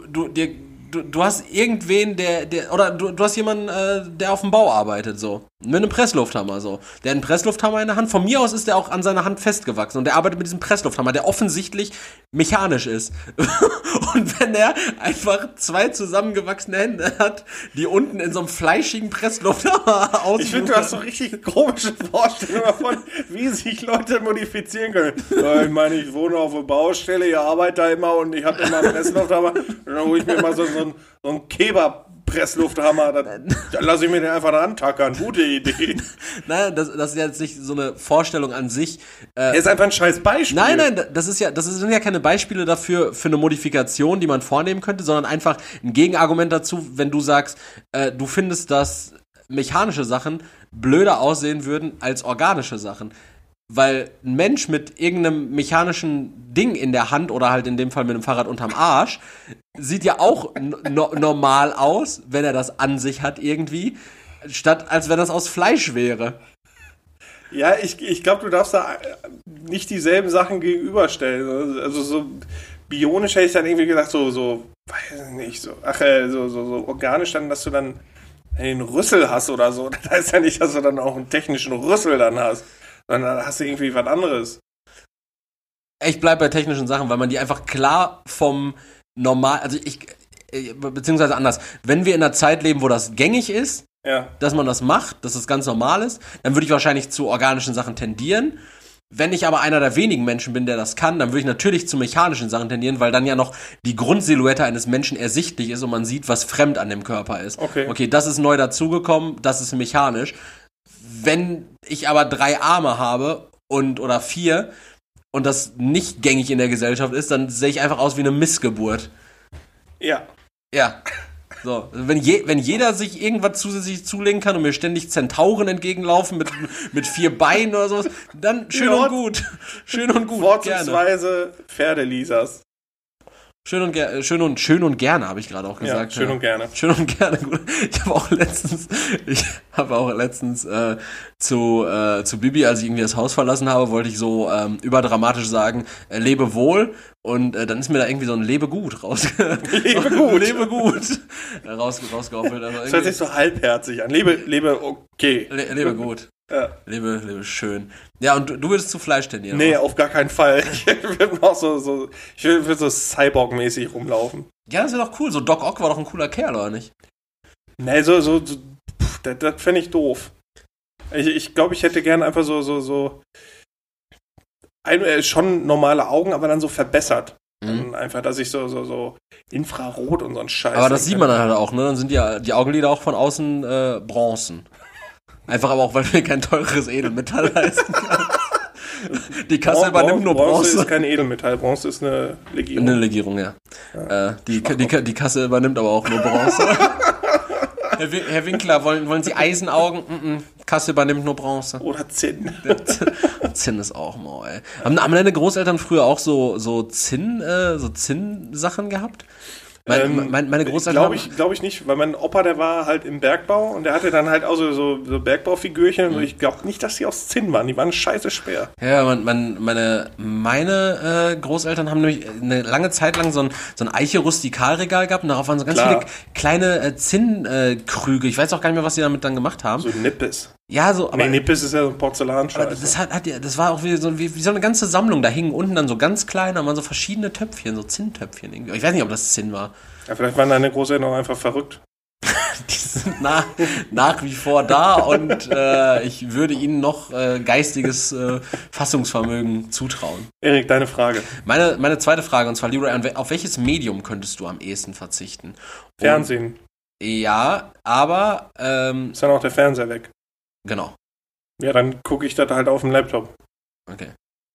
du hast irgendwen, oder du hast jemanden, der auf dem Bau arbeitet, so. Mit einem Presslufthammer, so. Der hat einen Presslufthammer in der Hand. Von mir aus ist der auch an seiner Hand festgewachsen. Und der arbeitet mit diesem Presslufthammer, der offensichtlich mechanisch ist. Und wenn er einfach 2 zusammengewachsene Hände hat, die unten in so einem fleischigen Presslufthammer auswuchern.
Ich finde, du hast so richtig komische Vorstellungen davon, wie sich Leute modifizieren können. Ja, ich meine, ich wohne auf einer Baustelle, ich arbeite da immer und ich habe immer einen Presslufthammer. Dann hole ich mir mal so einen Kebab-Presslufthammer, dann lasse ich mir den einfach dran tackern. Gute Idee.
Nein, das ist jetzt nicht so eine Vorstellung an sich.
Ist einfach ein scheiß Beispiel.
Nein, das sind ja keine Beispiele dafür, für eine Modifikation, die man vornehmen könnte, sondern einfach ein Gegenargument dazu, wenn du sagst, du findest, dass mechanische Sachen blöder aussehen würden als organische Sachen. Weil ein Mensch mit irgendeinem mechanischen Ding in der Hand oder halt in dem Fall mit einem Fahrrad unterm Arsch sieht ja auch normal aus, wenn er das an sich hat irgendwie, statt als wenn das aus Fleisch wäre.
Ja, ich glaube, du darfst da nicht dieselben Sachen gegenüberstellen. Also so bionisch hätte ich dann irgendwie gedacht, so weiß nicht, so organisch dann, dass du dann einen Rüssel hast oder so. Das heißt ja nicht, dass du dann auch einen technischen Rüssel dann hast. Dann hast du irgendwie was anderes.
Ich bleib bei technischen Sachen, weil man die einfach klar vom normal, beziehungsweise anders, wenn wir in einer Zeit leben, wo das gängig ist, ja, dass man das macht, dass das ganz normal ist, dann würde ich wahrscheinlich zu organischen Sachen tendieren. Wenn ich aber einer der wenigen Menschen bin, der das kann, dann würde ich natürlich zu mechanischen Sachen tendieren, weil dann ja noch die Grundsilhouette eines Menschen ersichtlich ist und man sieht, was fremd an dem Körper ist. Okay, das ist neu dazugekommen, das ist mechanisch. Wenn ich aber 3 Arme habe oder 4 und das nicht gängig in der Gesellschaft ist, dann sehe ich einfach aus wie eine Missgeburt.
Ja.
Ja. So, wenn jeder sich irgendwas zusätzlich zulegen kann und mir ständig Zentauren entgegenlaufen mit 4 Beinen oder sowas, dann schön und gut. Schön und gut.
Vorzugsweise Pferdelisas.
Schön und gerne, habe ich gerade auch gesagt.
Ja, schön und gerne.
Schön und gerne. Gut. Ich habe auch letztens zu Bibi, als ich irgendwie das Haus verlassen habe, wollte ich so überdramatisch sagen, lebe wohl. Und dann ist mir da irgendwie so ein Lebegut rausgehoffelt. Also
das hört sich so halbherzig an. Lebe okay.
Lebe gut.
Ja.
Lebe schön. Ja, und du würdest zu Fleisch tendieren?
Nee, auf gar keinen Fall. Ich würde auch so Cyborg-mäßig rumlaufen.
Ja, das wäre doch cool. So Doc Ock war doch ein cooler Kerl, oder nicht?
Nee, das fände ich doof. Ich glaube, ich hätte gerne einfach schon normale Augen, aber dann so verbessert. Dann einfach, dass ich so Infrarot und so ein Scheiß.
Aber das sieht man dann halt auch, ne? Dann sind ja die Augenlider auch von außen Bronzen. Einfach aber auch, weil wir kein teures Edelmetall leisten können. Die Kasse übernimmt nur Bronze.
Bronze ist kein Edelmetall, Bronze ist eine Legierung.
Eine Legierung, ja. Die Kasse übernimmt aber auch nur Bronze. Herr Winkler, wollen Sie Eisenaugen? Kasse übernimmt nur Bronze.
Oder Zinn.
Zinn ist auch mal, ey. Haben deine Großeltern früher auch so Zinn-Sachen gehabt? Meine Großeltern
glaube ich nicht, weil mein Opa, der war halt im Bergbau und der hatte dann halt auch so Bergbaufigürchen und ich glaube nicht, dass die aus Zinn waren, die waren scheiße schwer.
Ja, meine Großeltern haben nämlich eine lange Zeit lang so ein Eiche Rustikalregal gehabt und darauf waren so ganz viele kleine Zinnkrüge. Ich weiß auch gar nicht mehr, was sie damit dann gemacht haben.
So Nippes.
Ja, so, aber.
Nee, Nippes ist ja so ein Porzellanscheiß.
Aber das war auch wie so eine ganze Sammlung. Da hingen unten dann so ganz kleine, da waren so verschiedene Töpfchen, so Zinntöpfchen irgendwie. Ich weiß nicht, ob das Zinn war.
Ja, vielleicht waren deine Großeltern auch einfach verrückt.
Die sind nach wie vor da und ich würde ihnen noch geistiges Fassungsvermögen zutrauen.
Erik, deine Frage.
Meine zweite Frage, und zwar, Leroy, auf welches Medium könntest du am ehesten verzichten?
Fernsehen.
Ja, aber
ist dann auch der Fernseher weg.
Genau.
Ja, dann gucke ich das halt auf dem Laptop.
Okay.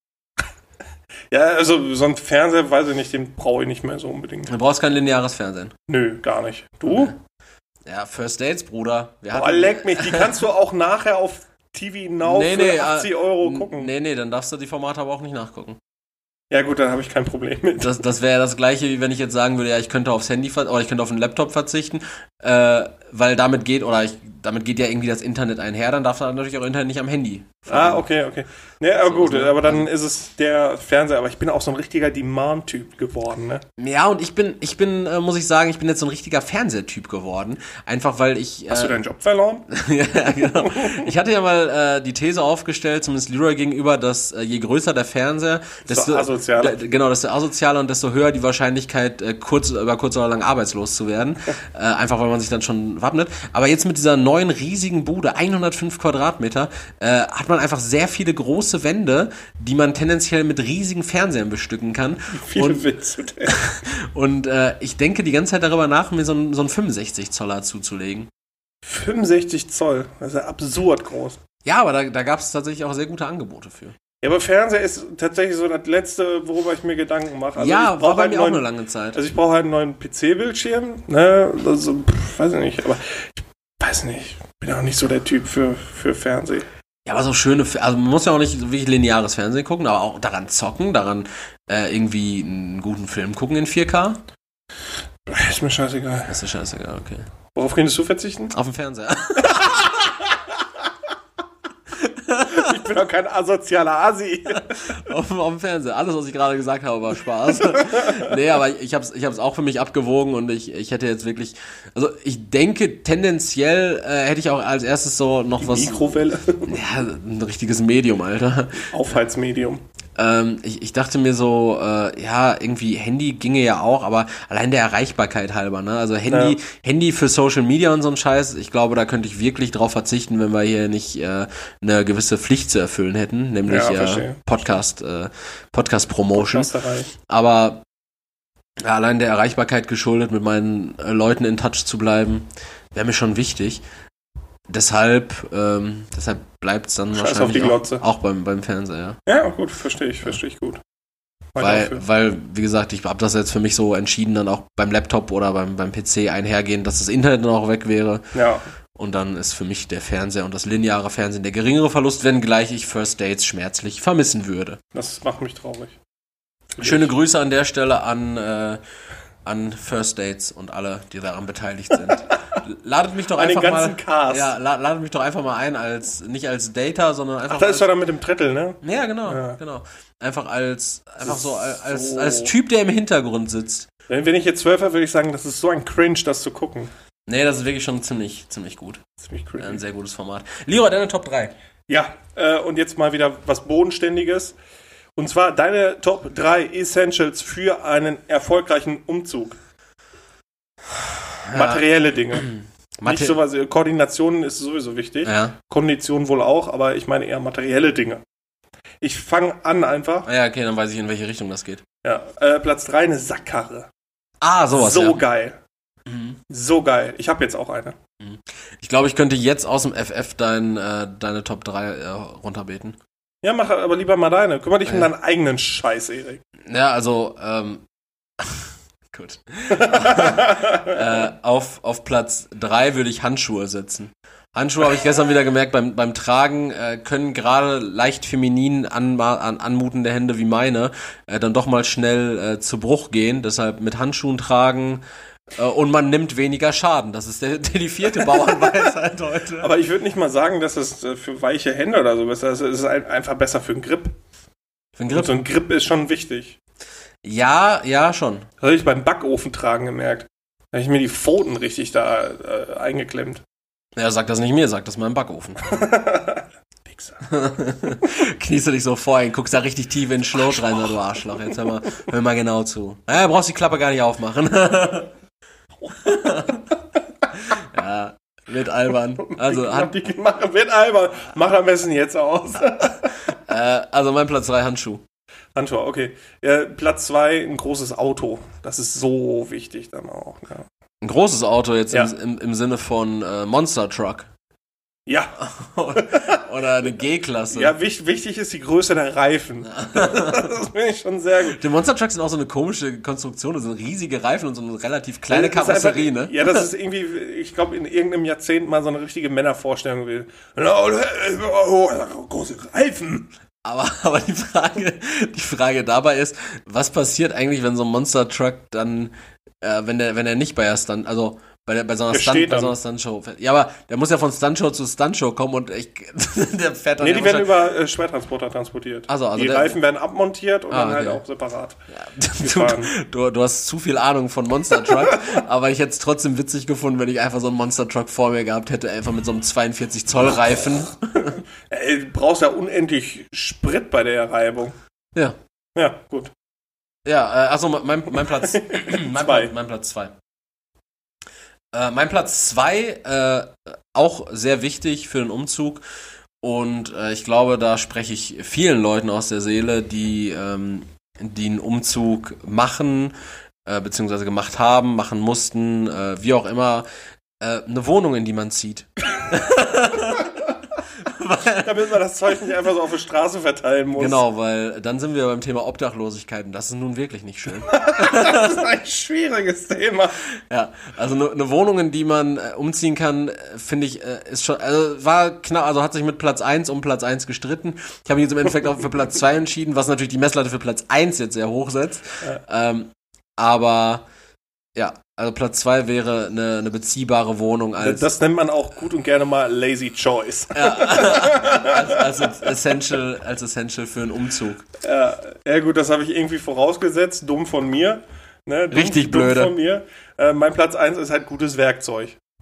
Ja, also so ein Fernseher, weiß ich nicht, den brauche ich nicht mehr so unbedingt.
Du brauchst kein lineares Fernsehen.
Nö, gar nicht. Du?
Okay. Ja, First Dates, Bruder.
Leck mich, die kannst du auch nachher auf TV Now für 80 Euro gucken.
Nee, dann darfst du die Formate aber auch nicht nachgucken.
Ja gut, dann habe ich kein Problem mit.
Das wäre das Gleiche, wie wenn ich jetzt sagen würde, ja, ich könnte aufs Handy oder ich könnte auf den Laptop verzichten, weil damit geht ja irgendwie das Internet einher, dann darf da natürlich auch Internet nicht am Handy.
Okay. Ja, so, gut, aber dann ist es der Fernseher, aber ich bin auch so ein richtiger Demand-Typ geworden, ne?
Ja, und ich bin, muss ich sagen, ich bin jetzt so ein richtiger Fernsehtyp geworden, einfach weil ich...
Hast du deinen Job verloren?
Ja, genau. Ich hatte ja mal die These aufgestellt, zumindest Leroy gegenüber, dass je größer der Fernseher, desto asozialer und desto höher die Wahrscheinlichkeit, über kurz oder lang arbeitslos zu werden. Einfach weil man sich dann schon wappnet. Aber jetzt mit dieser neuen riesigen Bude, 105 Quadratmeter, hat man einfach sehr viele große Wände, die man tendenziell mit riesigen Fernsehern bestücken kann.
Wie viele willst du denn?
Und ich denke die ganze Zeit darüber nach, mir so einen 65 Zoller zuzulegen.
65 Zoll? Das ist ja absurd groß.
Ja, aber da gab es tatsächlich auch sehr gute Angebote für.
Ja, aber Fernseher ist tatsächlich so das Letzte, worüber ich mir Gedanken mache. Also
ja, war bei mir auch eine lange Zeit.
Also ich brauche halt einen neuen PC-Bildschirm, ne, also, weiß ich nicht, aber ich weiß nicht, ich bin auch nicht so der Typ für Fernsehen.
Ja, aber so schöne, also man muss ja auch nicht so wirklich lineares Fernsehen gucken, aber auch daran zocken, irgendwie einen guten Film gucken in 4K.
Ist mir scheißegal.
Ist mir scheißegal, okay.
Worauf könntest du verzichten?
Auf den Fernseher.
Ich bin doch kein asozialer Asi.
Auf dem Fernseher. Alles, was ich gerade gesagt habe, war Spaß. Nee, aber ich hab's auch für mich abgewogen und ich hätte jetzt wirklich, also ich denke, tendenziell hätte ich auch als erstes so noch was...
Mikrowelle?
Ja, ein richtiges Medium, Alter.
Aufheizmedium.
Ich dachte mir so, irgendwie Handy ginge ja auch, aber allein der Erreichbarkeit halber, ne? Also Handy für Social Media und so ein Scheiß, ich glaube, da könnte ich wirklich drauf verzichten, wenn wir hier nicht eine gewisse Pflicht zu erfüllen hätten, nämlich Podcast-Promotion. Aber allein der Erreichbarkeit geschuldet, mit meinen Leuten in Touch zu bleiben, wäre mir schon wichtig. Deshalb bleibt es dann wahrscheinlich auch beim Fernseher.
Ja, gut, verstehe ich gut.
Weil, wie gesagt, ich habe das jetzt für mich so entschieden, dann auch beim Laptop oder beim PC einhergehen, dass das Internet dann auch weg wäre.
Ja.
Und dann ist für mich der Fernseher und das lineare Fernsehen der geringere Verlust, wenngleich ich First Dates schmerzlich vermissen würde.
Das macht mich traurig.
Schöne Grüße an der Stelle an First Dates und alle, die daran beteiligt sind. Ladet mich doch einfach mal.
Cast.
Ja, ladet mich doch einfach mal ein nicht als Data, sondern einfach.
Ach, das ist doch dann mit dem Drittel, ne?
Ja, genau. Einfach als Typ, der im Hintergrund sitzt.
Wenn ich jetzt 12 habe, würde ich sagen, das ist so ein Cringe, das zu gucken.
Nee, das ist wirklich schon ziemlich gut.
Ziemlich cringe.
Ein sehr gutes Format. Leroy, deine Top 3.
Ja, und jetzt mal wieder was Bodenständiges. Und zwar deine Top 3 Essentials für einen erfolgreichen Umzug. Materielle Dinge. Nicht sowas, Koordination ist sowieso wichtig.
Ja.
Kondition wohl auch, aber ich meine eher materielle Dinge. Ich fange an einfach.
Ja, okay, dann weiß ich, in welche Richtung das geht.
Ja, Platz 3, eine Sackkarre.
Sowas,
so geil. So geil. Ich habe jetzt auch eine.
Ich glaube, ich könnte jetzt aus dem FF deine Top 3 runterbeten.
Ja, mach aber lieber mal deine. Kümmere dich um deinen eigenen Scheiß, Erik.
Ja, also, gut. Auf Platz 3 würde ich Handschuhe setzen. Handschuhe habe ich gestern wieder gemerkt, beim Tragen können gerade leicht feminin anmutende Hände wie meine dann doch mal schnell zu Bruch gehen. Deshalb mit Handschuhen tragen und man nimmt weniger Schaden. Das ist die 4. Bauernweisheit heute.
Aber ich würde nicht mal sagen, dass es für weiche Hände oder so ist. Es ist einfach besser für einen Grip. Und so ein Grip ist schon wichtig.
Ja, schon.
Das habe ich beim Backofen tragen gemerkt. Da habe ich mir die Pfoten richtig da eingeklemmt.
Ja, sag das nicht mir, sag das mal im Backofen.
Wichser.
Kniest du dich so vor, guckst da richtig tief in den Schlot rein, du Arschloch. Jetzt hör mal genau zu. Ja, brauchst die Klappe gar nicht aufmachen. Ja, wird albern. Also,
wird albern. Mach am besten jetzt aus.
Also mein Platz 3, Handschuh.
Handschuh, okay. Platz 2, ein großes Auto. Das ist so wichtig dann auch. Ja.
Ein großes Auto jetzt im Sinne von Monster Truck.
Ja.
Oder eine G-Klasse.
Ja, wichtig ist die Größe der Reifen. Das finde ich schon sehr gut.
Die Monster Trucks sind auch so eine komische Konstruktion. Das sind riesige Reifen und so eine relativ kleine Karosserie, ne?
Ja, das ist irgendwie, ich glaube, in irgendeinem Jahrzehnt mal so eine richtige Männervorstellung gewesen. Große Reifen.
Aber die Frage dabei ist, was passiert eigentlich, wenn so ein Monster Truck dann, wenn er nicht bei bei so einer Stuntshow fährt. Ja, aber der muss ja von Stuntshow zu Stuntshow kommen und der fährt dann.
Nee, die werden über Schwertransporter transportiert.
Also
die Reifen werden abmontiert und dann halt auch separat.
Ja, du hast zu viel Ahnung von Monster Truck, aber ich hätte es trotzdem witzig gefunden, wenn ich einfach so einen Monster Truck vor mir gehabt hätte, einfach mit so einem 42 Zoll Reifen.
Du brauchst ja unendlich Sprit bei der Reibung.
Ja.
Ja, gut.
Ja, also mein Platz. Mein Platz 2. Mein Platz 2, auch sehr wichtig für den Umzug und ich glaube, da spreche ich vielen Leuten aus der Seele, die einen Umzug machen, beziehungsweise gemacht haben, machen mussten, wie auch immer, eine Wohnung, in die man zieht.
Damit man das Zeug nicht einfach so auf der Straße verteilen muss.
Genau, weil dann sind wir beim Thema Obdachlosigkeit und das ist nun wirklich nicht schön.
Das ist ein schwieriges Thema.
Ja, also eine Wohnung, in die man umziehen kann, finde ich, ist schon, also war knapp, also hat sich mit Platz 1 um Platz 1 gestritten. Ich habe mich jetzt im Endeffekt auch für Platz 2 entschieden, was natürlich die Messlatte für Platz 1 jetzt sehr hoch setzt. Ja. Aber ja, also Platz 2 wäre eine beziehbare Wohnung als...
Das nennt man auch gut und gerne mal Lazy Choice.
Ja, als Essential für einen Umzug.
Ja, gut, das habe ich irgendwie vorausgesetzt. Dumm von mir. Ne?
Richtig blöde.
Dumm von mir. Mein Platz 1 ist halt gutes Werkzeug.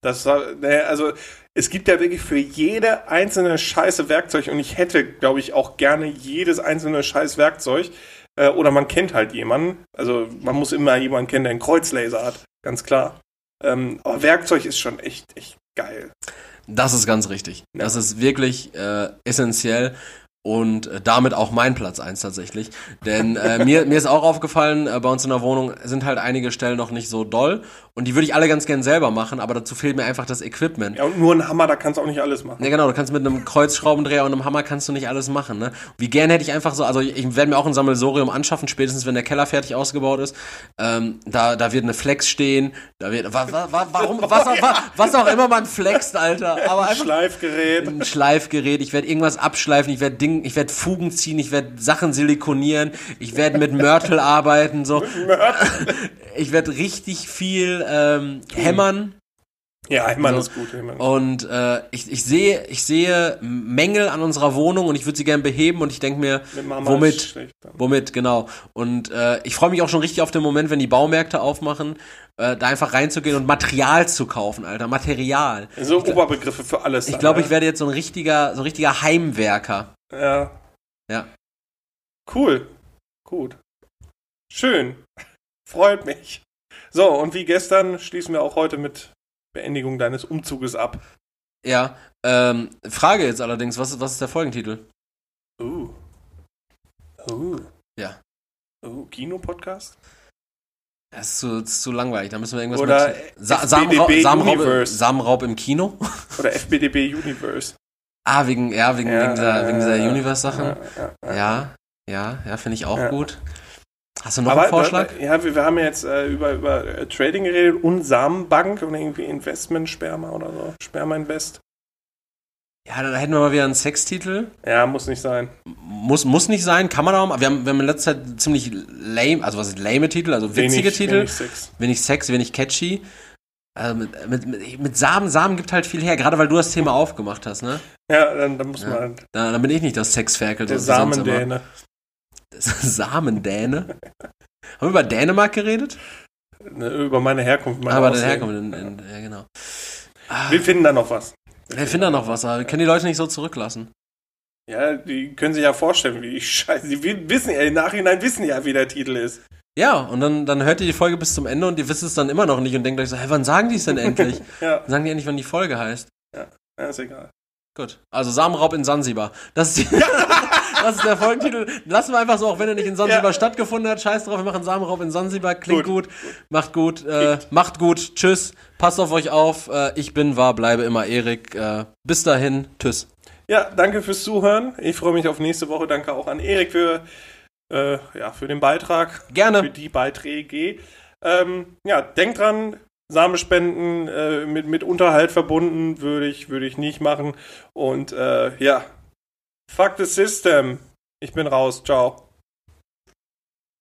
Also es gibt ja wirklich für jede einzelne scheiße Werkzeug und ich hätte, glaube ich, auch gerne jedes einzelne scheiß Werkzeug. Oder man kennt halt jemanden. Also man muss immer jemanden kennen, der einen Kreuzlaser hat, ganz klar. Aber Werkzeug ist schon echt geil.
Das ist ganz richtig.
Ja.
Das ist wirklich essentiell. Und damit auch mein Platz 1 tatsächlich. Denn mir ist auch aufgefallen, bei uns in der Wohnung sind halt einige Stellen noch nicht so doll. Und die würde ich alle ganz gern selber machen, aber dazu fehlt mir einfach das Equipment.
Ja, und nur ein Hammer, da kannst du auch nicht alles machen.
Ja, genau, du kannst mit einem Kreuzschraubendreher und einem Hammer kannst du nicht alles machen, ne? Wie gern hätte ich einfach so, also ich werde mir auch ein Sammelsorium anschaffen, spätestens wenn der Keller fertig ausgebaut ist. Da wird eine Flex stehen, da wird, was auch immer man flext, Alter. Aber einfach ein Schleifgerät, ich werde irgendwas abschleifen, ich werde Fugen ziehen, ich werde Sachen silikonieren, ich werde mit Mörtel arbeiten, so. Ich werde richtig viel hämmern.
Ja, hämmern
so.
Ist gut. Hämmern.
Und ich sehe Mängel an unserer Wohnung und ich würde sie gerne beheben und ich denke mir, womit, genau. Und ich freue mich auch schon richtig auf den Moment, wenn die Baumärkte aufmachen, da einfach reinzugehen und Material zu kaufen, Alter, Material.
So Oberbegriffe für alles.
Ich glaube, ich werde jetzt so ein richtiger Heimwerker.
Ja. Cool. Gut. Schön. Freut mich. So, und wie gestern schließen wir auch heute mit Beendigung deines Umzuges ab.
Ja, Frage jetzt allerdings, was ist der Folgentitel? Ja.
Kinopodcast?
Das ist zu langweilig, da müssen wir irgendwas
oder
mit Samenraub im Kino?
Oder FBDB Universe.
Wegen dieser Universe-Sachen? Ja, finde ich auch gut. Hast du noch einen Vorschlag?
Wir haben ja jetzt über Trading geredet und Samenbank und irgendwie Investment-Sperma oder so. Sperma Invest.
Ja, dann hätten wir mal wieder einen Sextitel.
Ja, muss nicht sein.
Muss nicht sein, kann man auch mal. Wir haben in letzter Zeit ziemlich lame, also was ist lame Titel, also witzige Titel. Wenig Sex, wenig catchy. Also mit Samen gibt halt viel her, gerade weil du das Thema aufgemacht hast, ne?
Ja, dann muss man.
Dann bin ich nicht das Sexferkel.
Der Samendäne.
Samendäne? Haben wir über Dänemark geredet?
Über meine Herkunft.
Aber deine Herkunft, ja genau.
Wir finden da noch was.
Wir finden da noch was, aber wir können die Leute nicht so zurücklassen.
Ja, die können sich ja vorstellen, wie scheiße. Die wissen ja, im Nachhinein wissen ja, wie der Titel ist.
Ja, und dann hört ihr die Folge bis zum Ende und ihr wisst es dann immer noch nicht und denkt euch so, wann sagen die es denn endlich?
Ja.
Sagen die endlich, wann die Folge heißt?
Ja, ist egal.
Gut, also Samenraub in Sansibar. Das ist der Folgentitel. Lassen wir einfach so, auch wenn er nicht in Sansibar stattgefunden hat. Scheiß drauf, wir machen Samenraub in Sansibar. Klingt gut. Macht gut. Macht gut. Tschüss. Passt auf euch auf. Ich bleibe immer Erik. Bis dahin. Tschüss.
Ja, danke fürs Zuhören. Ich freue mich auf nächste Woche. Danke auch an Erik für den Beitrag.
Gerne.
Für die Beiträge. Denkt dran, Samenspenden mit Unterhalt verbunden würde ich nicht machen. Und fuck the system. Ich bin raus. Ciao.